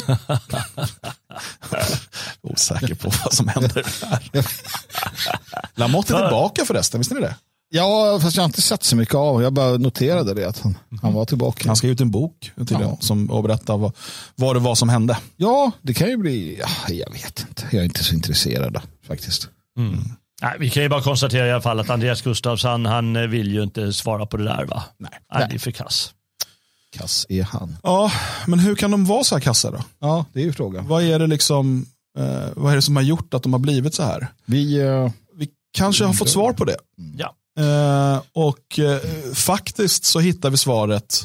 Osäker på vad som händer där. Lamotte är tillbaka förresten, visste ni det? Ja, fast jag har inte sett så mycket av. Jag bara noterade det att han, han var tillbaka. Han ska ut en bok till ja. som, och berätta vad, vad det var som hände. Ja, det kan ju bli, ja, jag vet inte. Jag är inte så intresserad faktiskt. Mm. Nej, vi kan ju bara konstatera i alla fall att Andreas Gustafsson, han vill ju inte svara på det där, va? Nej. Nej, det är för kass. Kass är han. Ja, men hur kan de vara så här kassa då? Ja, det är ju frågan. Vad är det liksom, eh, vad är det som har gjort att de har blivit så här? Vi, uh, vi kanske har fått svar på det. Ja. Eh, och eh, faktiskt så hittar vi svaret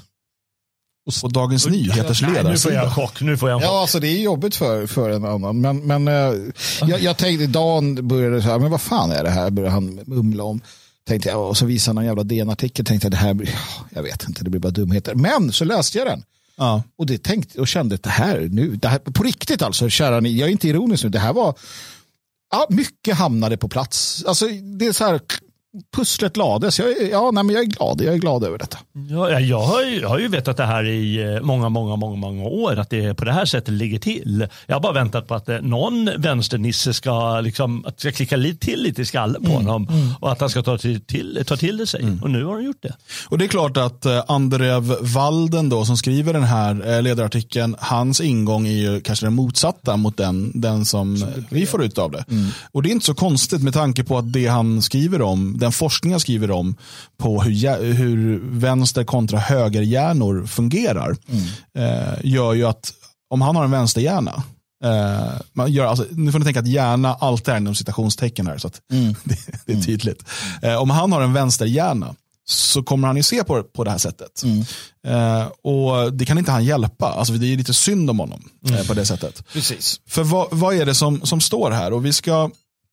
på Dagens Nyheters ledarsida. Nu får jag en chock. Nu får jag en chock. Ja, alltså det är jobbigt för, för en annan. Men, men uh, jag, jag tänkte, Dan började så här, men vad fan är det här? Började han mumla om. Tänkte jag, och så visade han en jävla D N-artikel. Tänkte jag, det här, jag vet inte, det blir bara dumheter. Men så läste jag den. Ja. Och det tänkte och kände att det här nu, det här, på riktigt alltså, kära ni, jag är inte ironisk nu, det här var, ja, mycket hamnade på plats. Alltså det är så här, pusslet lades. Jag, ja, nej, men jag är glad, jag är glad över detta. Ja, jag, har ju, jag har ju vetat det här i många, många, många, många år, att det på det här sättet ligger till. Jag har bara väntat på att någon vänsternisse ska, liksom, att ska klicka lite till lite i skallen på mm. honom mm. och att han ska ta till, till, ta till det sig. Mm. Och nu har han gjort det. Och det är klart att eh, Andrev Walden då, som skriver den här eh, ledarartikeln, hans ingång är ju kanske den motsatta mot den, den som eh, vi får ut av det. Mm. Och det är inte så konstigt med tanke på att det han skriver om, den forskningen skriver om på hur, hur vänster kontra högerhjärnor fungerar, mm. eh, gör ju att om han har en vänsterhjärna, eh, man gör, alltså, nu får ni tänka att hjärna alltid är inom citationstecken här, så att mm. det, det är tydligt. Eh, om han har en vänsterhjärna så kommer han ju se på, på det här sättet. Mm. Eh, och det kan inte han hjälpa. Alltså, det är lite synd om honom mm. eh, på det sättet. Precis. För vad, vad är det som, som står här? Och vi ska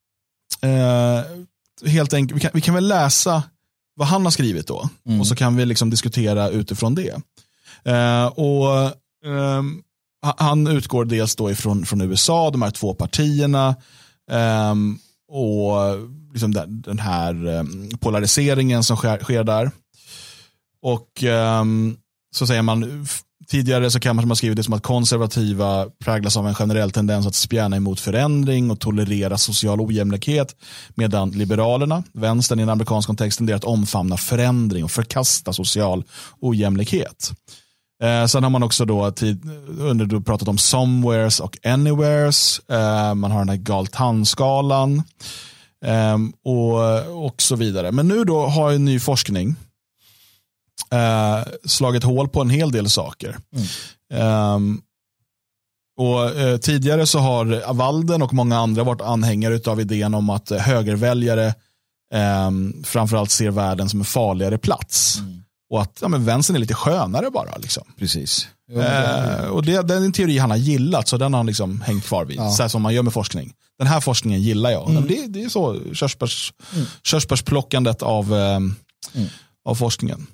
eh, helt enkelt, vi kan, vi kan väl läsa vad han har skrivit då. Mm. Och så kan vi liksom diskutera utifrån det. Eh, och eh, han utgår dels då ifrån från U S A, de här två partierna. Eh, och liksom den, den här eh, polariseringen som sker, sker där. Och eh, så säger man, tidigare så kan man ha skrivit det som att konservativa präglas av en generell tendens att spjärna emot förändring och tolerera social ojämlikhet, medan liberalerna, vänstern i en amerikansk kontext, tenderar att omfamna förändring och förkasta social ojämlikhet. Eh, sen har man också då, tid, under då pratat om somewheres och anywheres. Eh, man har den här Galtan-skalan eh, och, och så vidare. Men nu då har en ny forskning Uh, slagit hål på en hel del saker. Mm. Um, och uh, tidigare så har Walden och många andra varit anhängare av idén om att uh, högerväljare um, framförallt ser världen som en farligare plats. Mm. Och att ja, men vänstern är lite skönare bara. Liksom. Precis. Uh, och det, det är en teori han har gillat, så den har han liksom hängt kvar vid. Ja. Så här som man gör med forskning. Den här forskningen gillar jag. Mm. Det, det är så körsbärs, mm. körsbärsplockandet av, um, mm. av forskningen.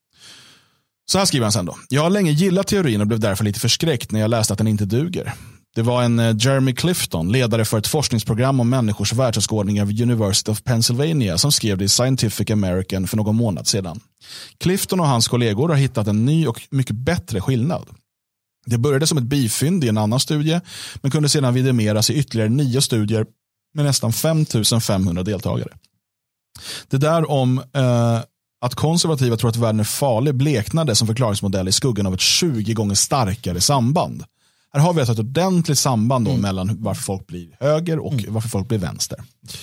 Så här skriver han sen då. Jag har länge gillat teorin och blev därför lite förskräckt när jag läste att den inte duger. Det var en Jeremy Clifton, ledare för ett forskningsprogram om människors världsåskådning vid University of Pennsylvania, som skrev det i Scientific American för någon månad sedan. Clifton och hans kollegor har hittat en ny och mycket bättre skillnad. Det började som ett bifynd i en annan studie, men kunde sedan vidimeras i ytterligare nio studier med nästan fem tusen femhundra deltagare. Det där om eh, att konservativa tror att världen är farlig bleknade som förklaringsmodell i skuggan av ett tjugo gånger starkare samband. Här har vi ett ordentligt samband då mm. mellan varför folk blir höger och mm. varför folk blir vänster.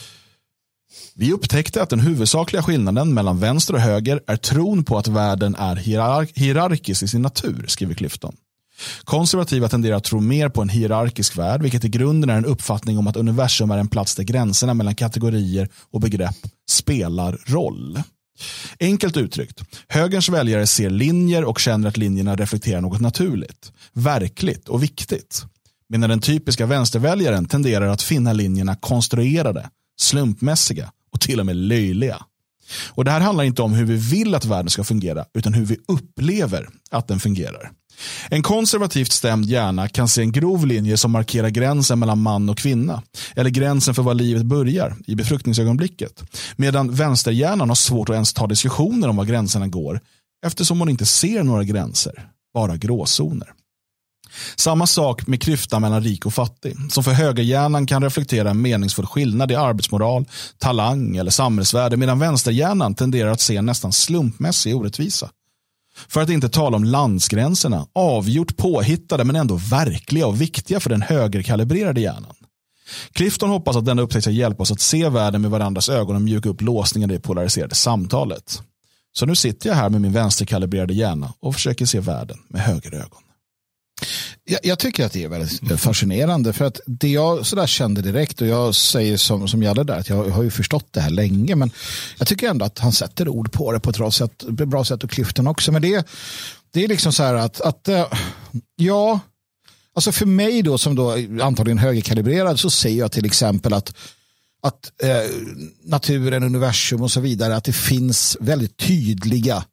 Vi upptäckte att den huvudsakliga skillnaden mellan vänster och höger är tron på att världen är hierar- hierarkisk i sin natur, skriver Clifton. Konservativa tenderar att tro mer på en hierarkisk värld, vilket i grunden är en uppfattning om att universum är en plats där gränserna mellan kategorier och begrepp spelar roll. Enkelt uttryckt, högerns väljare ser linjer och känner att linjerna reflekterar något naturligt, verkligt och viktigt. medan den typiska vänsterväljaren tenderar att finna linjerna konstruerade, slumpmässiga och till och med löjliga. Och det här handlar inte om hur vi vill att världen ska fungera, utan hur vi upplever att den fungerar. En konservativt stämd hjärna kan se en grov linje som markerar gränsen mellan man och kvinna, eller gränsen för var livet börjar i befruktningsögonblicket, medan vänsterhjärnan har svårt att ens ta diskussioner om var gränserna går, eftersom hon inte ser några gränser, bara gråzoner. Samma sak med klyftan mellan rik och fattig, som för högerhjärnan kan reflektera en meningsfull skillnad i arbetsmoral, talang eller samhällsvärde, medan vänsterhjärnan tenderar att se nästan slumpmässig orättvisa. För att inte tala om landsgränserna, avgjort påhittade men ändå verkliga och viktiga för den högerkalibrerade hjärnan. Clifton hoppas att denna upptäckt ska hjälpa oss att se världen med varandras ögon och mjuka upp låsningen i det polariserade samtalet. Så nu sitter jag här med min vänsterkalibrerade hjärna och försöker se världen med högerögon. Jag, jag tycker att det är väldigt fascinerande, för att det jag sådär kände direkt, och jag säger som, som gäller där, att jag har ju förstått det här länge, men jag tycker ändå att han sätter ord på det på ett bra sätt, bra sätt och Clifton också, men det, det är liksom så här att, att ja, alltså för mig då som då antagligen högerkalibrerad, så säger jag till exempel att att eh, naturen, universum och så vidare, att det finns väldigt tydliga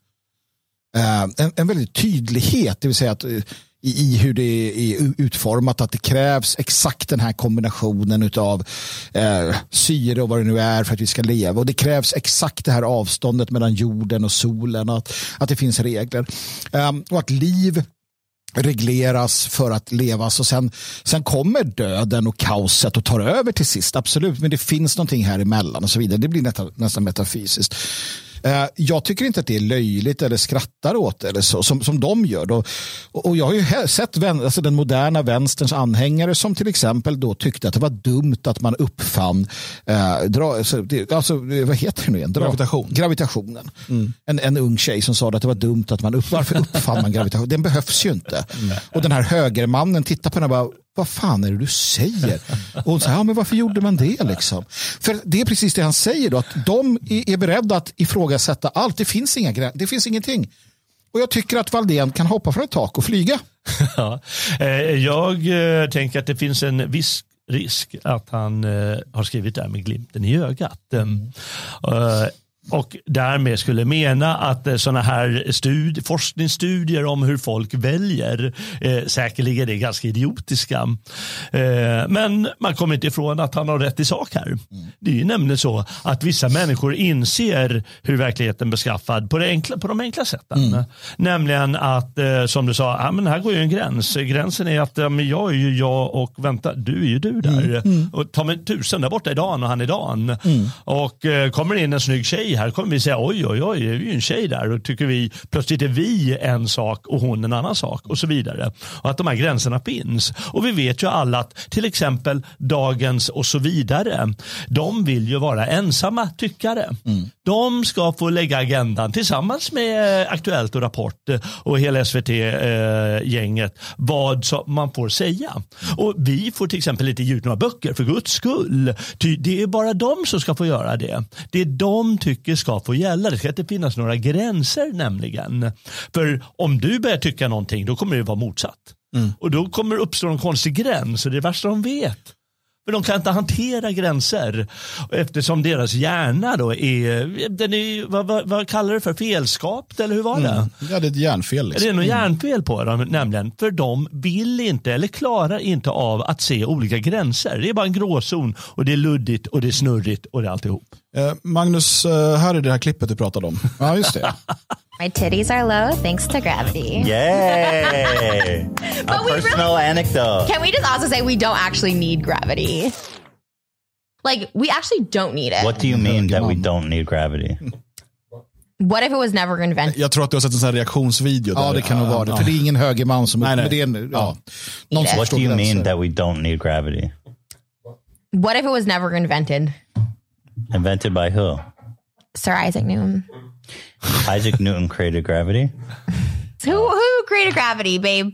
eh, en, en väldigt tydlighet, det vill säga att I, i hur det är utformat, att det krävs exakt den här kombinationen utav eh, syre och vad det nu är för att vi ska leva, och det krävs exakt det här avståndet mellan jorden och solen, att, att det finns regler um, och att liv regleras för att levas, och sen, sen kommer döden och kaoset och tar över till sist, absolut, men det finns någonting här emellan och så vidare, det blir nästan, nästan metafysiskt. Jag tycker inte att det är löjligt eller skrattar åt eller så, som, som de gör då. Och jag har ju sett vän, alltså den moderna vänsterns anhängare som till exempel då tyckte att det var dumt att man uppfann eh, dra, alltså, det, alltså vad heter det nu igen? Dra, Gravitation. Gravitationen. Mm. En, en ung tjej som sa att det var dumt att man upp, varför uppfann man gravitation? Den behövs ju inte. Mm. Och den här högermannen tittar på henne och bara, vad fan är det du säger? Och hon säger, ja men varför gjorde man det liksom? För det är precis det han säger då, att de är beredda att ifrågasätta allt. Det finns inga gränser, det finns ingenting. Och jag tycker att Valdén kan hoppa från ett tak och flyga. Ja, jag tänker att det finns en viss risk att han har skrivit det här med glimten i ögat. Mm. Och därmed skulle mena att sådana här studi- forskningsstudier om hur folk väljer eh, säkerligen är ganska idiotiska. Eh, men man kommer inte ifrån att han har rätt i sak här. Mm. Det är ju nämligen så att vissa människor inser hur verkligheten är beskaffad på, det enkla, på de enkla sätten. Mm. Nämligen att, eh, som du sa, ah, men här går ju en gräns. Gränsen är att ja, men jag är ju jag och vänta, du är ju du där. Mm. Mm. Och ta med tusen där borta i dagen och han är Dan. Mm. Och eh, kommer in en snygg tjej här, kommer vi säga oj oj oj, det är ju en tjej där, och tycker vi plötsligt är vi en sak och hon en annan sak och så vidare. Och att de här gränserna finns. Och vi vet ju alla att till exempel dagens och så vidare, de vill ju vara ensamma tyckare. Mm. De ska få lägga agendan tillsammans med Aktuellt och Rapport och hela S V T-gänget vad man får säga. Och vi får till exempel inte ge ut några böcker för Guds skull. Ty det är bara de som ska få göra det. Det är de tycker ska få gälla. Det ska inte finnas några gränser nämligen. För om du börjar tycka någonting, då kommer det vara motsatt. Mm. Och då kommer det uppstå en konstig gräns, och det är värsta de vet. För de kan inte hantera gränser, eftersom deras hjärna då är, den är vad, vad, vad kallar det för, felskapt eller hur var det? Mm. Ja, det är ett hjärnfel. Liksom. Det är något hjärnfel på dem nämligen, för de vill inte eller klarar inte av att se olika gränser. Det är bara en gråzon, och det är luddigt och det är snurrigt och det är alltihop. Eh, Magnus, här är det här klippet du pratade om. Ja, just det. My titties are low thanks to gravity. Yay! A personal really, anecdote. Can we just also say we don't actually need gravity? Like, we actually don't need it. What do you mean that we don't need gravity? What if it was never invented? Jag tror att du har sett en sån här reaktionsvideo. Ja, det kan nog vara det. För det är ingen högerman som... Nej, nej. Det är nu, ja. Någon som What do you mean that we don't need gravity? What if it was never invented? Invented by who? Sir Isaac Newton. Isaac Newton created gravity? Who who created gravity, babe?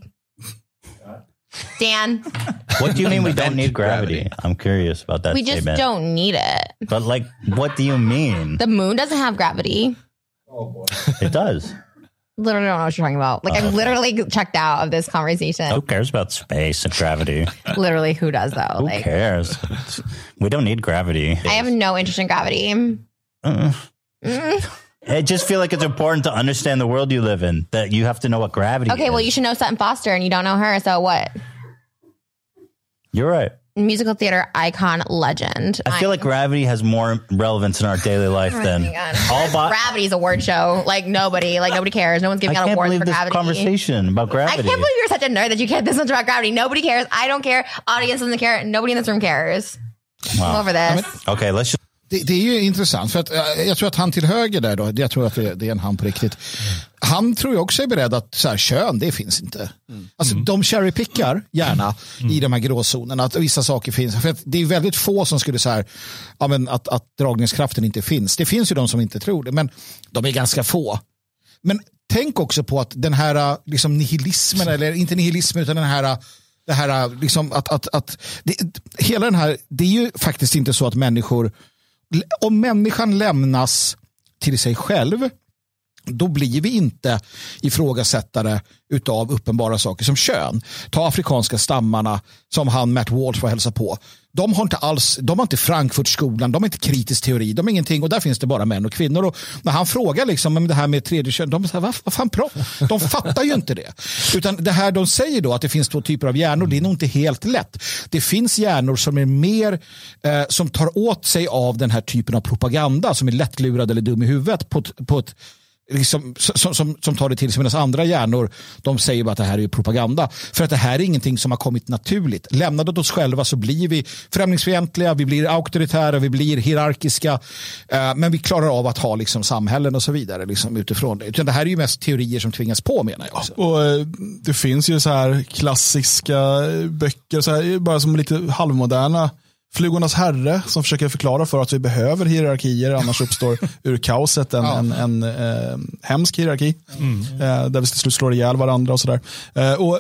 Dan? What do you mean we don't need gravity? I'm curious about that We just statement. don't need it. But like, what do you mean? The moon doesn't have gravity. It does. Literally don't know what you're talking about. Like, I'm literally checked out of this conversation. Who cares about space and gravity? Literally, who does though? Who like, cares? We don't need gravity. I have no interest in gravity. Uh, Mm. I just feel like it's important to understand the world you live in, that you have to know what gravity Okay, is. well, you should know Sutton Foster, and you don't know her, so what? You're right. Musical theater icon legend. I feel like gravity has more relevance in our daily life Oh than my God. all bo- Gravity's a word show. Like nobody, like nobody cares. No one's giving I out can't awards believe for this gravity. conversation about I gravity. can't believe you're such a nerd that you care this much about gravity. Nobody cares. I don't care. Audience doesn't care. Nobody in this room cares. Wow. I'm over this. Okay, let's just Det, det är ju intressant, för att äh, jag tror att han till höger där då, jag tror att det, det är en han på riktigt. Han tror ju också är beredd att så här, kön, det finns inte. Mm. Alltså mm. de cherrypickar gärna mm. i de här gråzonerna, att vissa saker finns. För att det är väldigt få som skulle så här, ja, men att, att dragningskraften inte finns. Det finns ju de som inte tror det, men de är ganska få. Men tänk också på att den här liksom nihilismen, eller inte nihilismen utan den här det här liksom att, att, att det, hela den här, det är ju faktiskt inte så att människor, om människan lämnas till sig själv, då blir vi inte ifrågasättare utav uppenbara saker som kön. Ta afrikanska stammarna som han Matt Walsh får hälsa på. De har inte alls, de har inte Frankfurtskolan, de har inte kritisk teori, de har ingenting, och där finns det bara män och kvinnor. Och när han frågar liksom om det här med tredje kön, de säger, vad, vad fan pratar? De fattar ju inte det. Utan det här de säger då, att det finns två typer av hjärnor, det är nog inte helt lätt. Det finns hjärnor som är mer, eh, som tar åt sig av den här typen av propaganda, som är lättlurad eller dum i huvudet på ett, på ett liksom, som, som, som tar det till sig, medan andra hjärnor, de säger bara att det här är propaganda. För att det här är ingenting som har kommit naturligt. Lämnade åt oss själva så blir vi främlingsfientliga, vi blir auktoritära, vi blir hierarkiska, eh, men vi klarar av att ha liksom samhällen och så vidare liksom, utifrån det. Utan det här är ju mest teorier som tvingas på, menar jag också. Och eh, det finns ju så här klassiska böcker, så här, bara som lite halvmoderna, Flugornas herre, som försöker förklara för att vi behöver hierarkier, annars uppstår ur kaoset en, ja. en, en eh, hemsk hierarki mm. eh, där vi till slut slår ihjäl varandra och sådär. Eh, och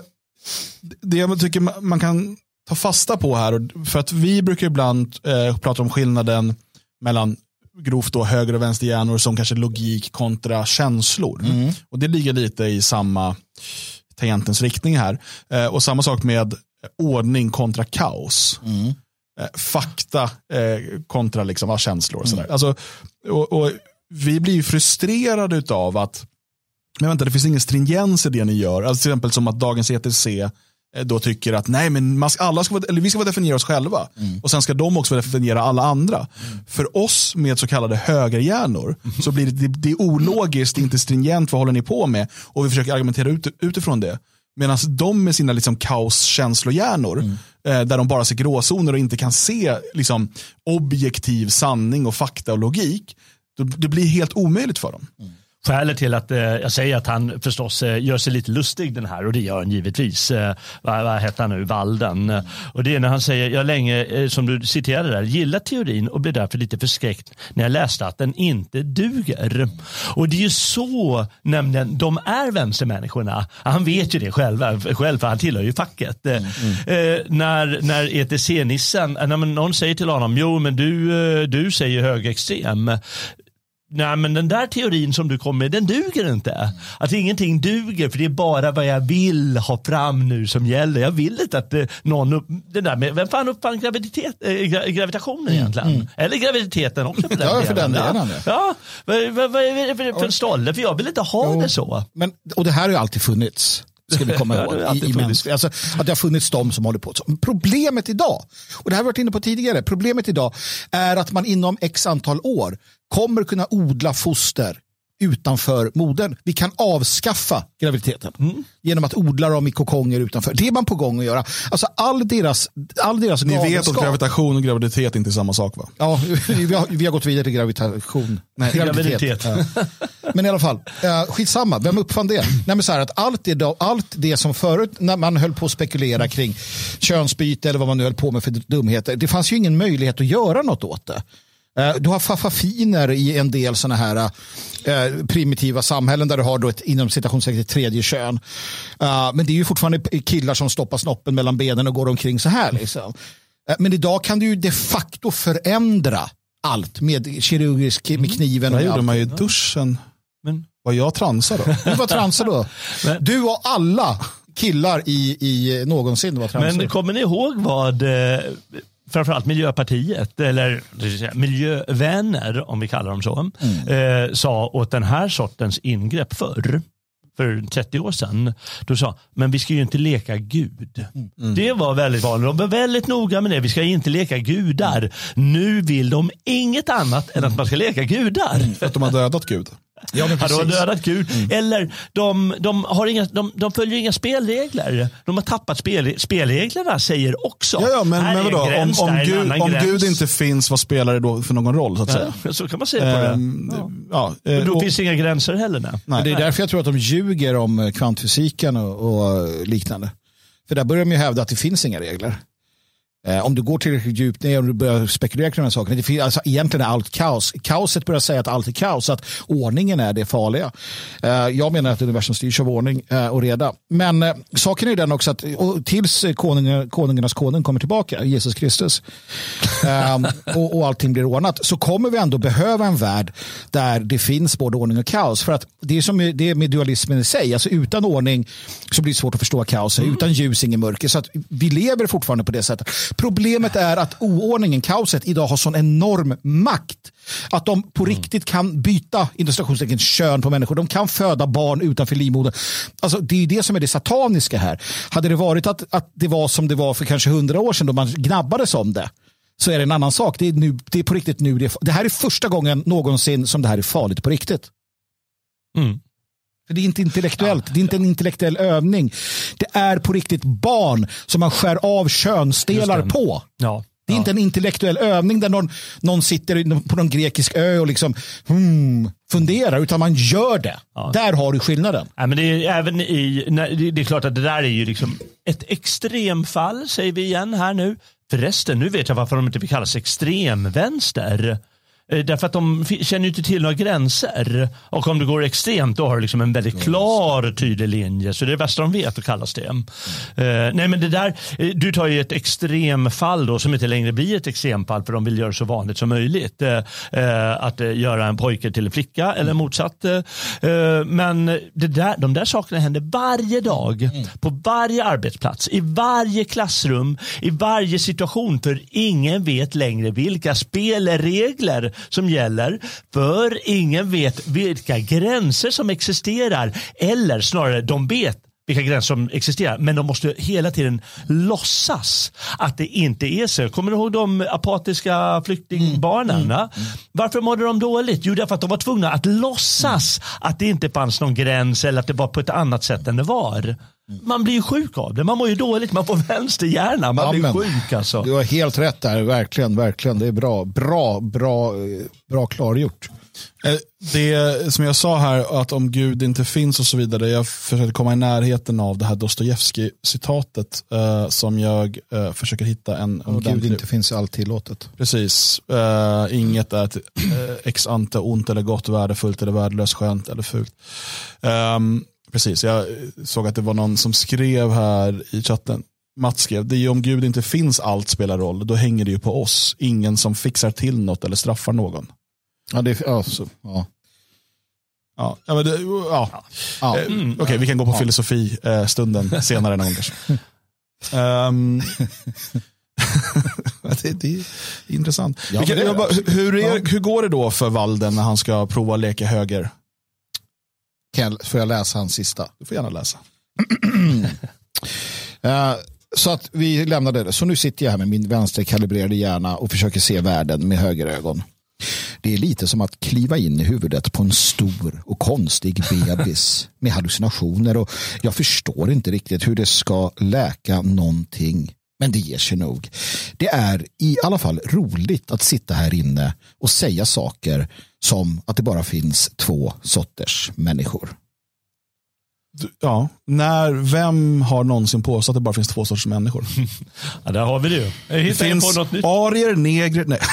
det jag tycker man kan ta fasta på här, för att vi brukar ibland eh, prata om skillnaden mellan grovt då höger- och vänsterhjärnor som kanske logik kontra känslor. Mm. Och det ligger lite i samma tangentens riktning här. Eh, och samma sak med ordning kontra kaos. Mm. fakta eh, kontra liksom, ja, känslor och sådär. Mm. Alltså, och, och vi blir ju frustrerade utav att men vänta, det finns ingen stringens i det ni gör. Alltså, till exempel som att dagens E T C eh, då tycker att nej, men man ska, alla ska vara, eller vi ska vara definiera oss själva. Mm. Och sen ska de också definiera alla andra. Mm. För oss med så kallade högerhjärnor mm. så blir det, det, det är ologiskt, inte stringent, vad håller ni på med? Och vi försöker argumentera ut, utifrån det. Medan de med sina liksom kaoskänslohjärnor mm. eh, där de bara ser gråzoner och inte kan se liksom, objektiv sanning och fakta och logik, då, det blir helt omöjligt för dem. Mm. Skälet till att eh, jag säger att han förstås eh, gör sig lite lustig den här, och det gör han givetvis. Eh, vad, vad heter han nu? Walden. Mm. Och det är när han säger, jag länge, eh, som du citerade där, gillar teorin och blev därför lite förskräckt när jag läste att den inte duger. Och det är ju så, nämligen, de är vänstermänniskorna. Han vet ju det själv, själv för han tillhör ju facket. Mm. Eh, när, när E T C-nissen, när någon säger till honom, jo men du, du säger högerextrem. Nej, men den där teorin som du kom med, den duger inte. Att ingenting duger, för det är bara vad jag vill ha fram nu som gäller. Jag vill inte att det, någon upp, det där med, vem fan uppfann graviditet, äh, gravitationen egentligen? Mm. Eller graviditeten också för den ja, för den delen. Ja, ja. Vad, vad, vad är det för, för en stolle? För jag vill inte ha jo. det så. Men, och det här har ju alltid funnits. Ska vi komma ihåg. I, i mänsk- alltså, att det har funnits de som håller på så. Problemet idag, och det här har vi varit inne på tidigare, problemet idag är att man inom x antal år kommer kunna odla foster utanför modern. Vi kan avskaffa graviditeten mm. genom att odla dem i kokonger utanför. Det är man på gång att göra. Alltså all deras, all deras Ni vet att gravitation och graviditet inte är samma sak, va? Ja, vi har, vi har gått vidare till gravitation. Nej, graviditet. graviditet. Ja. Men i alla fall, uh, skitsamma. Vem uppfann det? Nej, men så här, att allt, det då, allt det som förut, när man höll på att spekulera kring könsbyte eller vad man nu höll på med för dumheter, det fanns ju ingen möjlighet att göra något åt det. Du har faffafiner i en del såna här uh, primitiva samhällen där du har då ett inom citationstecken ett tredje kön. Uh, men det är ju fortfarande killar som stoppar snoppen mellan benen och går omkring så här. Liksom. Uh, men idag kan du ju de facto förändra allt med kirurgisk, med kniven. Det gjorde man ju i duschen. Men Var jag transar då? Du var transar då. Men- Du och alla killar i, i någonsin var transar. Men kommer ni ihåg vad eh, framförallt Miljöpartiet, eller det vill säga, miljövänner om vi kallar dem så, mm. eh, sa åt den här sortens ingrepp förr? För trettio år sedan. Då sa, men vi ska ju inte leka Gud. Mm. Det var väldigt vanligt. De var väldigt noga med det. Vi ska inte leka gudar. Nu vill de inget annat än att man ska leka gudar. Mm. För att de har dödat Gud. Ja, men Ja, de har dödat Gud. Mm. Eller de, de, har inga, de, de följer inga spelregler. De har tappat spel, spelreglerna, säger också. Ja, ja men, här men vadå? är en gräns, Om, om, där är en Gud, annan om gräns. Gud inte finns, vad spelar det då för någon roll så att säga? Ja, så kan man säga på Ehm, det. Ja. Ja, Men eh, då och- finns inga gränser heller. Nej. Nej. Det är därför jag tror att de ljuger om kvantfysiken och, och liknande. För där börjar de ju hävda att det finns inga regler. Eh, om du går tillräckligt djupt ner och du börjar spekulera kring de här sakerna. Det finns, alltså, egentligen är allt kaos. Kaoset börjar säga att allt är kaos. Så att ordningen är det farliga. Eh, jag menar att universum styrs av ordning eh, och reda. Men eh, saken är ju den också att och tills konungen, konungarnas konung kommer tillbaka, Jesus Kristus, eh, och, och allting blir ordnat, så kommer vi ändå behöva en värld där det finns både ordning och kaos. För att det är som det är med dualismen i sig. Alltså utan ordning så blir det svårt att förstå kaos. Mm. Utan ljus, ingen mörker. Så att vi lever fortfarande på det sättet. Problemet är att oordningen, kaoset idag har sån enorm makt att de på mm. riktigt kan byta illustrationstecken kön på människor. De kan föda barn utanför livmodern. Alltså det är ju det som är det sataniska här. Hade det varit att, att det var som det var för kanske hundra år sedan då man gnabbades om det, så är det en annan sak. Det är, nu, det är på riktigt nu. Det, är, det här är första gången någonsin som det här är farligt på riktigt. Mm. För det är inte intellektuellt. Det är inte en intellektuell övning. Det är på riktigt barn som man skär av könsdelar på. Ja. Det är ja. inte en intellektuell övning där någon, någon sitter på någon grekisk ö och liksom hmm, funderar, utan man gör det. Ja. Där har du skillnaden. Ja, men det är även i, nej, det är klart att det där är ju liksom ett extremfall, säger vi igen här nu. Förresten, nu vet jag varför de inte vill kallas extremvänster. Därför att de känner ju inte till några gränser. Och om det går extremt, då har du liksom en väldigt klar tydlig linje. Så det är det bästa de vet att kallas det. Mm. Uh, nej men det där, du tar ju ett extremfall då som inte längre blir ett extremfall, för de vill göra så vanligt som möjligt. Uh, uh, att uh, göra en pojke till en flicka mm. eller motsatt. Uh, men det där, de där sakerna händer varje dag. Mm. På varje arbetsplats, i varje klassrum, i varje situation. För ingen vet längre vilka spelregler som gäller, för ingen vet vilka gränser som existerar, eller snarare de vet vilka gränser som existerar, men de måste hela tiden låtsas att det inte är så. Kommer du ihåg de apatiska flyktingbarnen? Mm. Mm. Varför mådde de dåligt? Jo, därför att de var tvungna att låtsas mm. att det inte fanns någon gräns, eller att det var på ett annat sätt än det var. Man blir ju sjuk av det. Man mår ju dåligt. Man får vänsterhjärna. Man ja, blir sjuk alltså. Du har helt rätt där. Verkligen, verkligen. Det är bra. Bra, bra, bra klargjort. Det som jag sa här, att om Gud inte finns och så vidare. Jag försöker komma i närheten av det här Dostojevskij-citatet eh, som jag eh, försöker hitta en... Om Gud inte finns allt tillåtet. Precis. Eh, inget är ett, eh, ex ante ont eller gott, värdefullt eller värdelöst, skönt eller fult. Um, Precis, jag såg att det var någon som skrev här i chatten. Mats skrev, det är ju om Gud inte finns allt spelar roll. Då hänger det ju på oss. Ingen som fixar till något eller straffar någon. Ja, det är, ja, så, ja. Ja, ja, men det, ja. ja. Eh, mm, Okej, okay, vi kan gå på ja. filosofi-stunden senare någon kanske. um, det, det är intressant. Ja, Vilka, det är, bara, hur, är, ja. hur går det då för Walden när han ska prova att leka höger? Kan, får jag läsa hans sista? Du får gärna läsa. uh, så att vi lämnade det. Så nu sitter jag här med min vänsterkalibrerade hjärna och försöker se världen med högerögon. Det är lite som att kliva in i huvudet på en stor och konstig bebis med hallucinationer, och jag förstår inte riktigt hur det ska läka någonting. Men det ger sig nog. Det är i alla fall roligt att sitta här inne och säga saker som att det bara finns två sorters människor. Ja, när, vem har någonsin påstått att det bara finns två sorters människor? Ja, där har vi det ju. Det finns på något nytt. Arier, negrer, nej.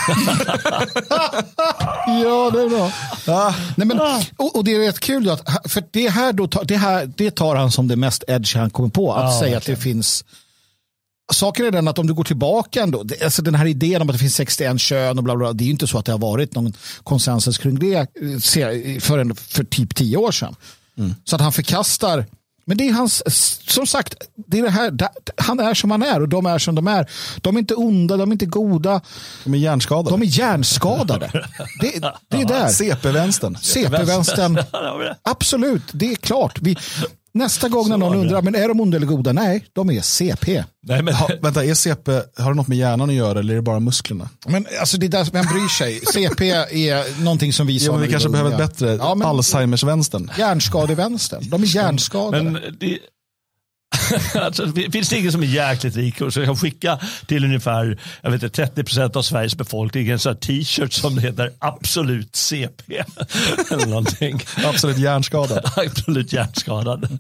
Ja, det är bra. Ja. Nej, men, och, och det är rätt kul då att, för det här, då, det här det tar han som det mest edge han kommer på, att ja, säga att det finns. saken är den att om du går tillbaka ändå, det, alltså den här idén om att det finns sextioen kön och bla bla, det är ju inte så att det har varit någon konsensus kring det för, en, för typ tio år sedan. Mm. Så att han förkastar, men det är hans, som sagt, det är det här, han är som han är och de är som de är. De är inte onda, de är inte goda. De är hjärnskadade. De är hjärnskadade. Det, det är där. C P-vänstern. C P-vänstern. Absolut, det är klart. Vi, nästa gång när någon undrar, men är de onda eller goda? Nej, de är C P. Nej, men... ha, vänta, är C P, har det något med hjärnan att göra eller är det bara musklerna? Men alltså det är där, vem bryr sig? C P är någonting som vi sa. Ja, vi kanske behöver ett bättre ja, men, Alzheimers-vänstern. Hjärnskadevänstern. De är hjärnskadade. Men det... alltså, finns det ingen som är jäkligt rik och så kan skicka till ungefär jag vet inte, trettio procent av Sveriges befolkning en sån här t-shirt som heter absolut C P eller någonting. Absolut hjärnskadad. Absolut hjärnskadad.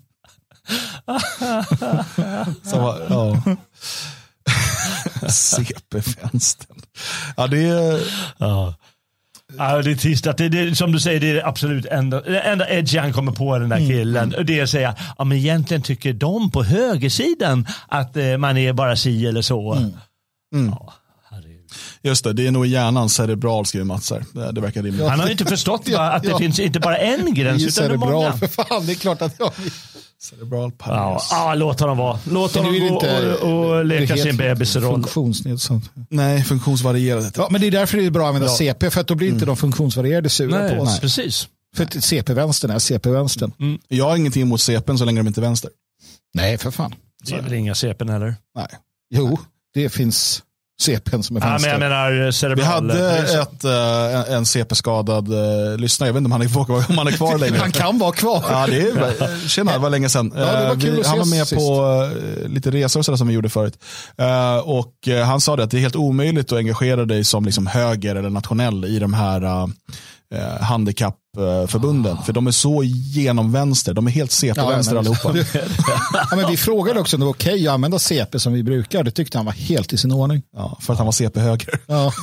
Så, ja. C P-vänstern. Ja, det är... Ja. Ja, det är trist att det, det, som du säger, det är absolut enda, det enda edge han kommer på den där killen. Mm. Det är att säga, ja men egentligen tycker de på högersidan att eh, man är bara si eller så. Mm. Mm. Ja, just det, det är nog hjärnan cerebral, skriver Mats här. Det, det verkar rimligt. Han har ju inte förstått va, att det ja. finns inte bara en gräns utan cerebral, många. För fan, det är klart att jag... Cerebral ja, ja, låt honom vara. Låt honom gå inte, och, och leka sin bebisroll. Funktionsnedsatt. Nej, funktionsvarierad. Ja, men det är därför det är bra att använda ja. C P, för att då blir inte mm. de funktionsvarierade sura nej, på oss. Nej, precis. För att C P-vänstern är C P-vänstern. Mm. Jag har ingenting emot C P så länge de inte är vänster. Nej, för fan. Det är väl inga C P heller? Nej. Jo, det finns C P som är vänster. Ja, men jag menar cerebral. Vi hade ett, uh, en C P-skadad uh, lyssnare. Jag vet inte om han är kvar, om han är kvar längre. Han kan vara kvar. Ja, det är, tjena, det var länge sedan. Ja, det var kul vi, att han var med sist. på uh, lite resor och sådär som vi gjorde förut. Uh, och uh, han sa det att det är helt omöjligt att engagera dig som liksom höger eller nationell i de här uh, uh, handikappförbunden. Ah. För de är så genomvänster. De är helt C P-vänster ja, allihopa. Ja, men vi frågade också om det var okej okay att använda C P som vi brukar. Det tyckte han var helt i sin ordning. Ja, för att han var C P-höger. Ja.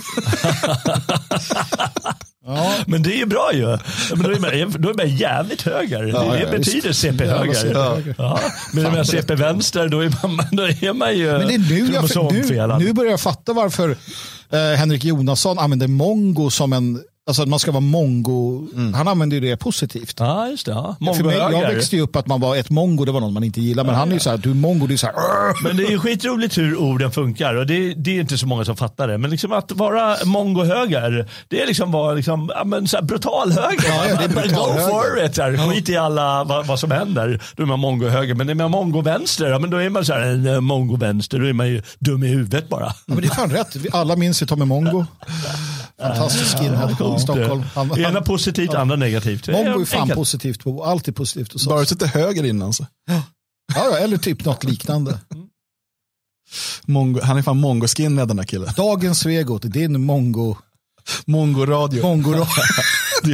Ja. Men det är ju bra ju. Men då, är man, då är man jävligt höger. Ja, det ja, betyder C P-höger. Ja. Ja. Men om jag C P-vänster då är man, då är man ju men det är nu, jag, nu, nu börjar jag fatta varför eh, Henrik Jonasson använder mongo som en... Alltså att man ska vara mongo. Mm. Han använder ju det positivt. Ja, just det. Ja. För mig, jag växte ju upp att man var ett mongo, det var någon man inte gillar. Men ja, han är ju så här, du mongo, det är så här. Men det är ju skitroligt hur orden funkar. Och det, det är inte så många som fattar det. Men liksom att vara mongo-höger, det är liksom vara liksom, ja, men så här brutal höger. Ja, ja, det är brutal Go höger. for it. Här. Skit i alla vad, vad som händer. Då är man mongo-höger. Men är man mongo-vänster, ja, men då är man så här en mongo-vänster. Då är man ju dum i huvudet bara. Ja, men det är fan rätt. Vi alla minns ju Tommy Mongo. Fantastisk skinhead ja, i Stockholm. Han, han, ena positivt, ja. Andra negativt. Mongo är fan enkelt. Positivt på, alltid positivt. Och så. Bara sitta höger innan så. Ja. Ja, eller typ något liknande. Mongo, han är fan mongo-skinhead den här killen. Dagens Svegot, din mongo. Mongo-radio. Mongo-radio.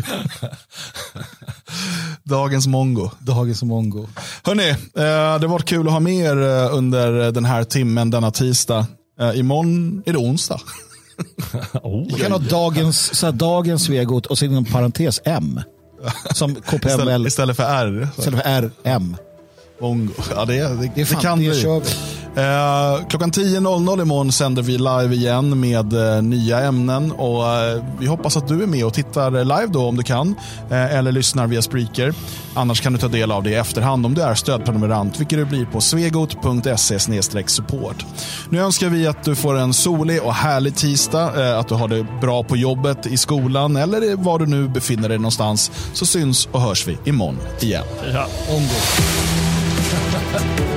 Dagens mongo. Dagens mongo. Hörrni, eh, det har varit kul att ha med er under den här timmen denna tisdag. Eh, imorgon är det onsdag. oh, man kan ha dagens, så här, dagens Svegot och sen inom parentes M. Som K P M L. Istället, istället för R. Istället för R, M. Mongo. Ja, det, det, det, fan, det kan det vi. Kör vi. Eh, klockan tio noll noll imorgon sänder vi live igen med eh, nya ämnen och eh, vi hoppas att du är med och tittar live då om du kan eh, eller lyssnar via Spreaker. Annars kan du ta del av det i efterhand om du är stödprenumerant, vilket det blir på svegot punkt se slash support. Nu önskar vi att du får en solig och härlig tisdag, eh, att du har det bra på jobbet, i skolan eller var du nu befinner dig någonstans, så syns och hörs vi imorgon igen. Ja. Omgång.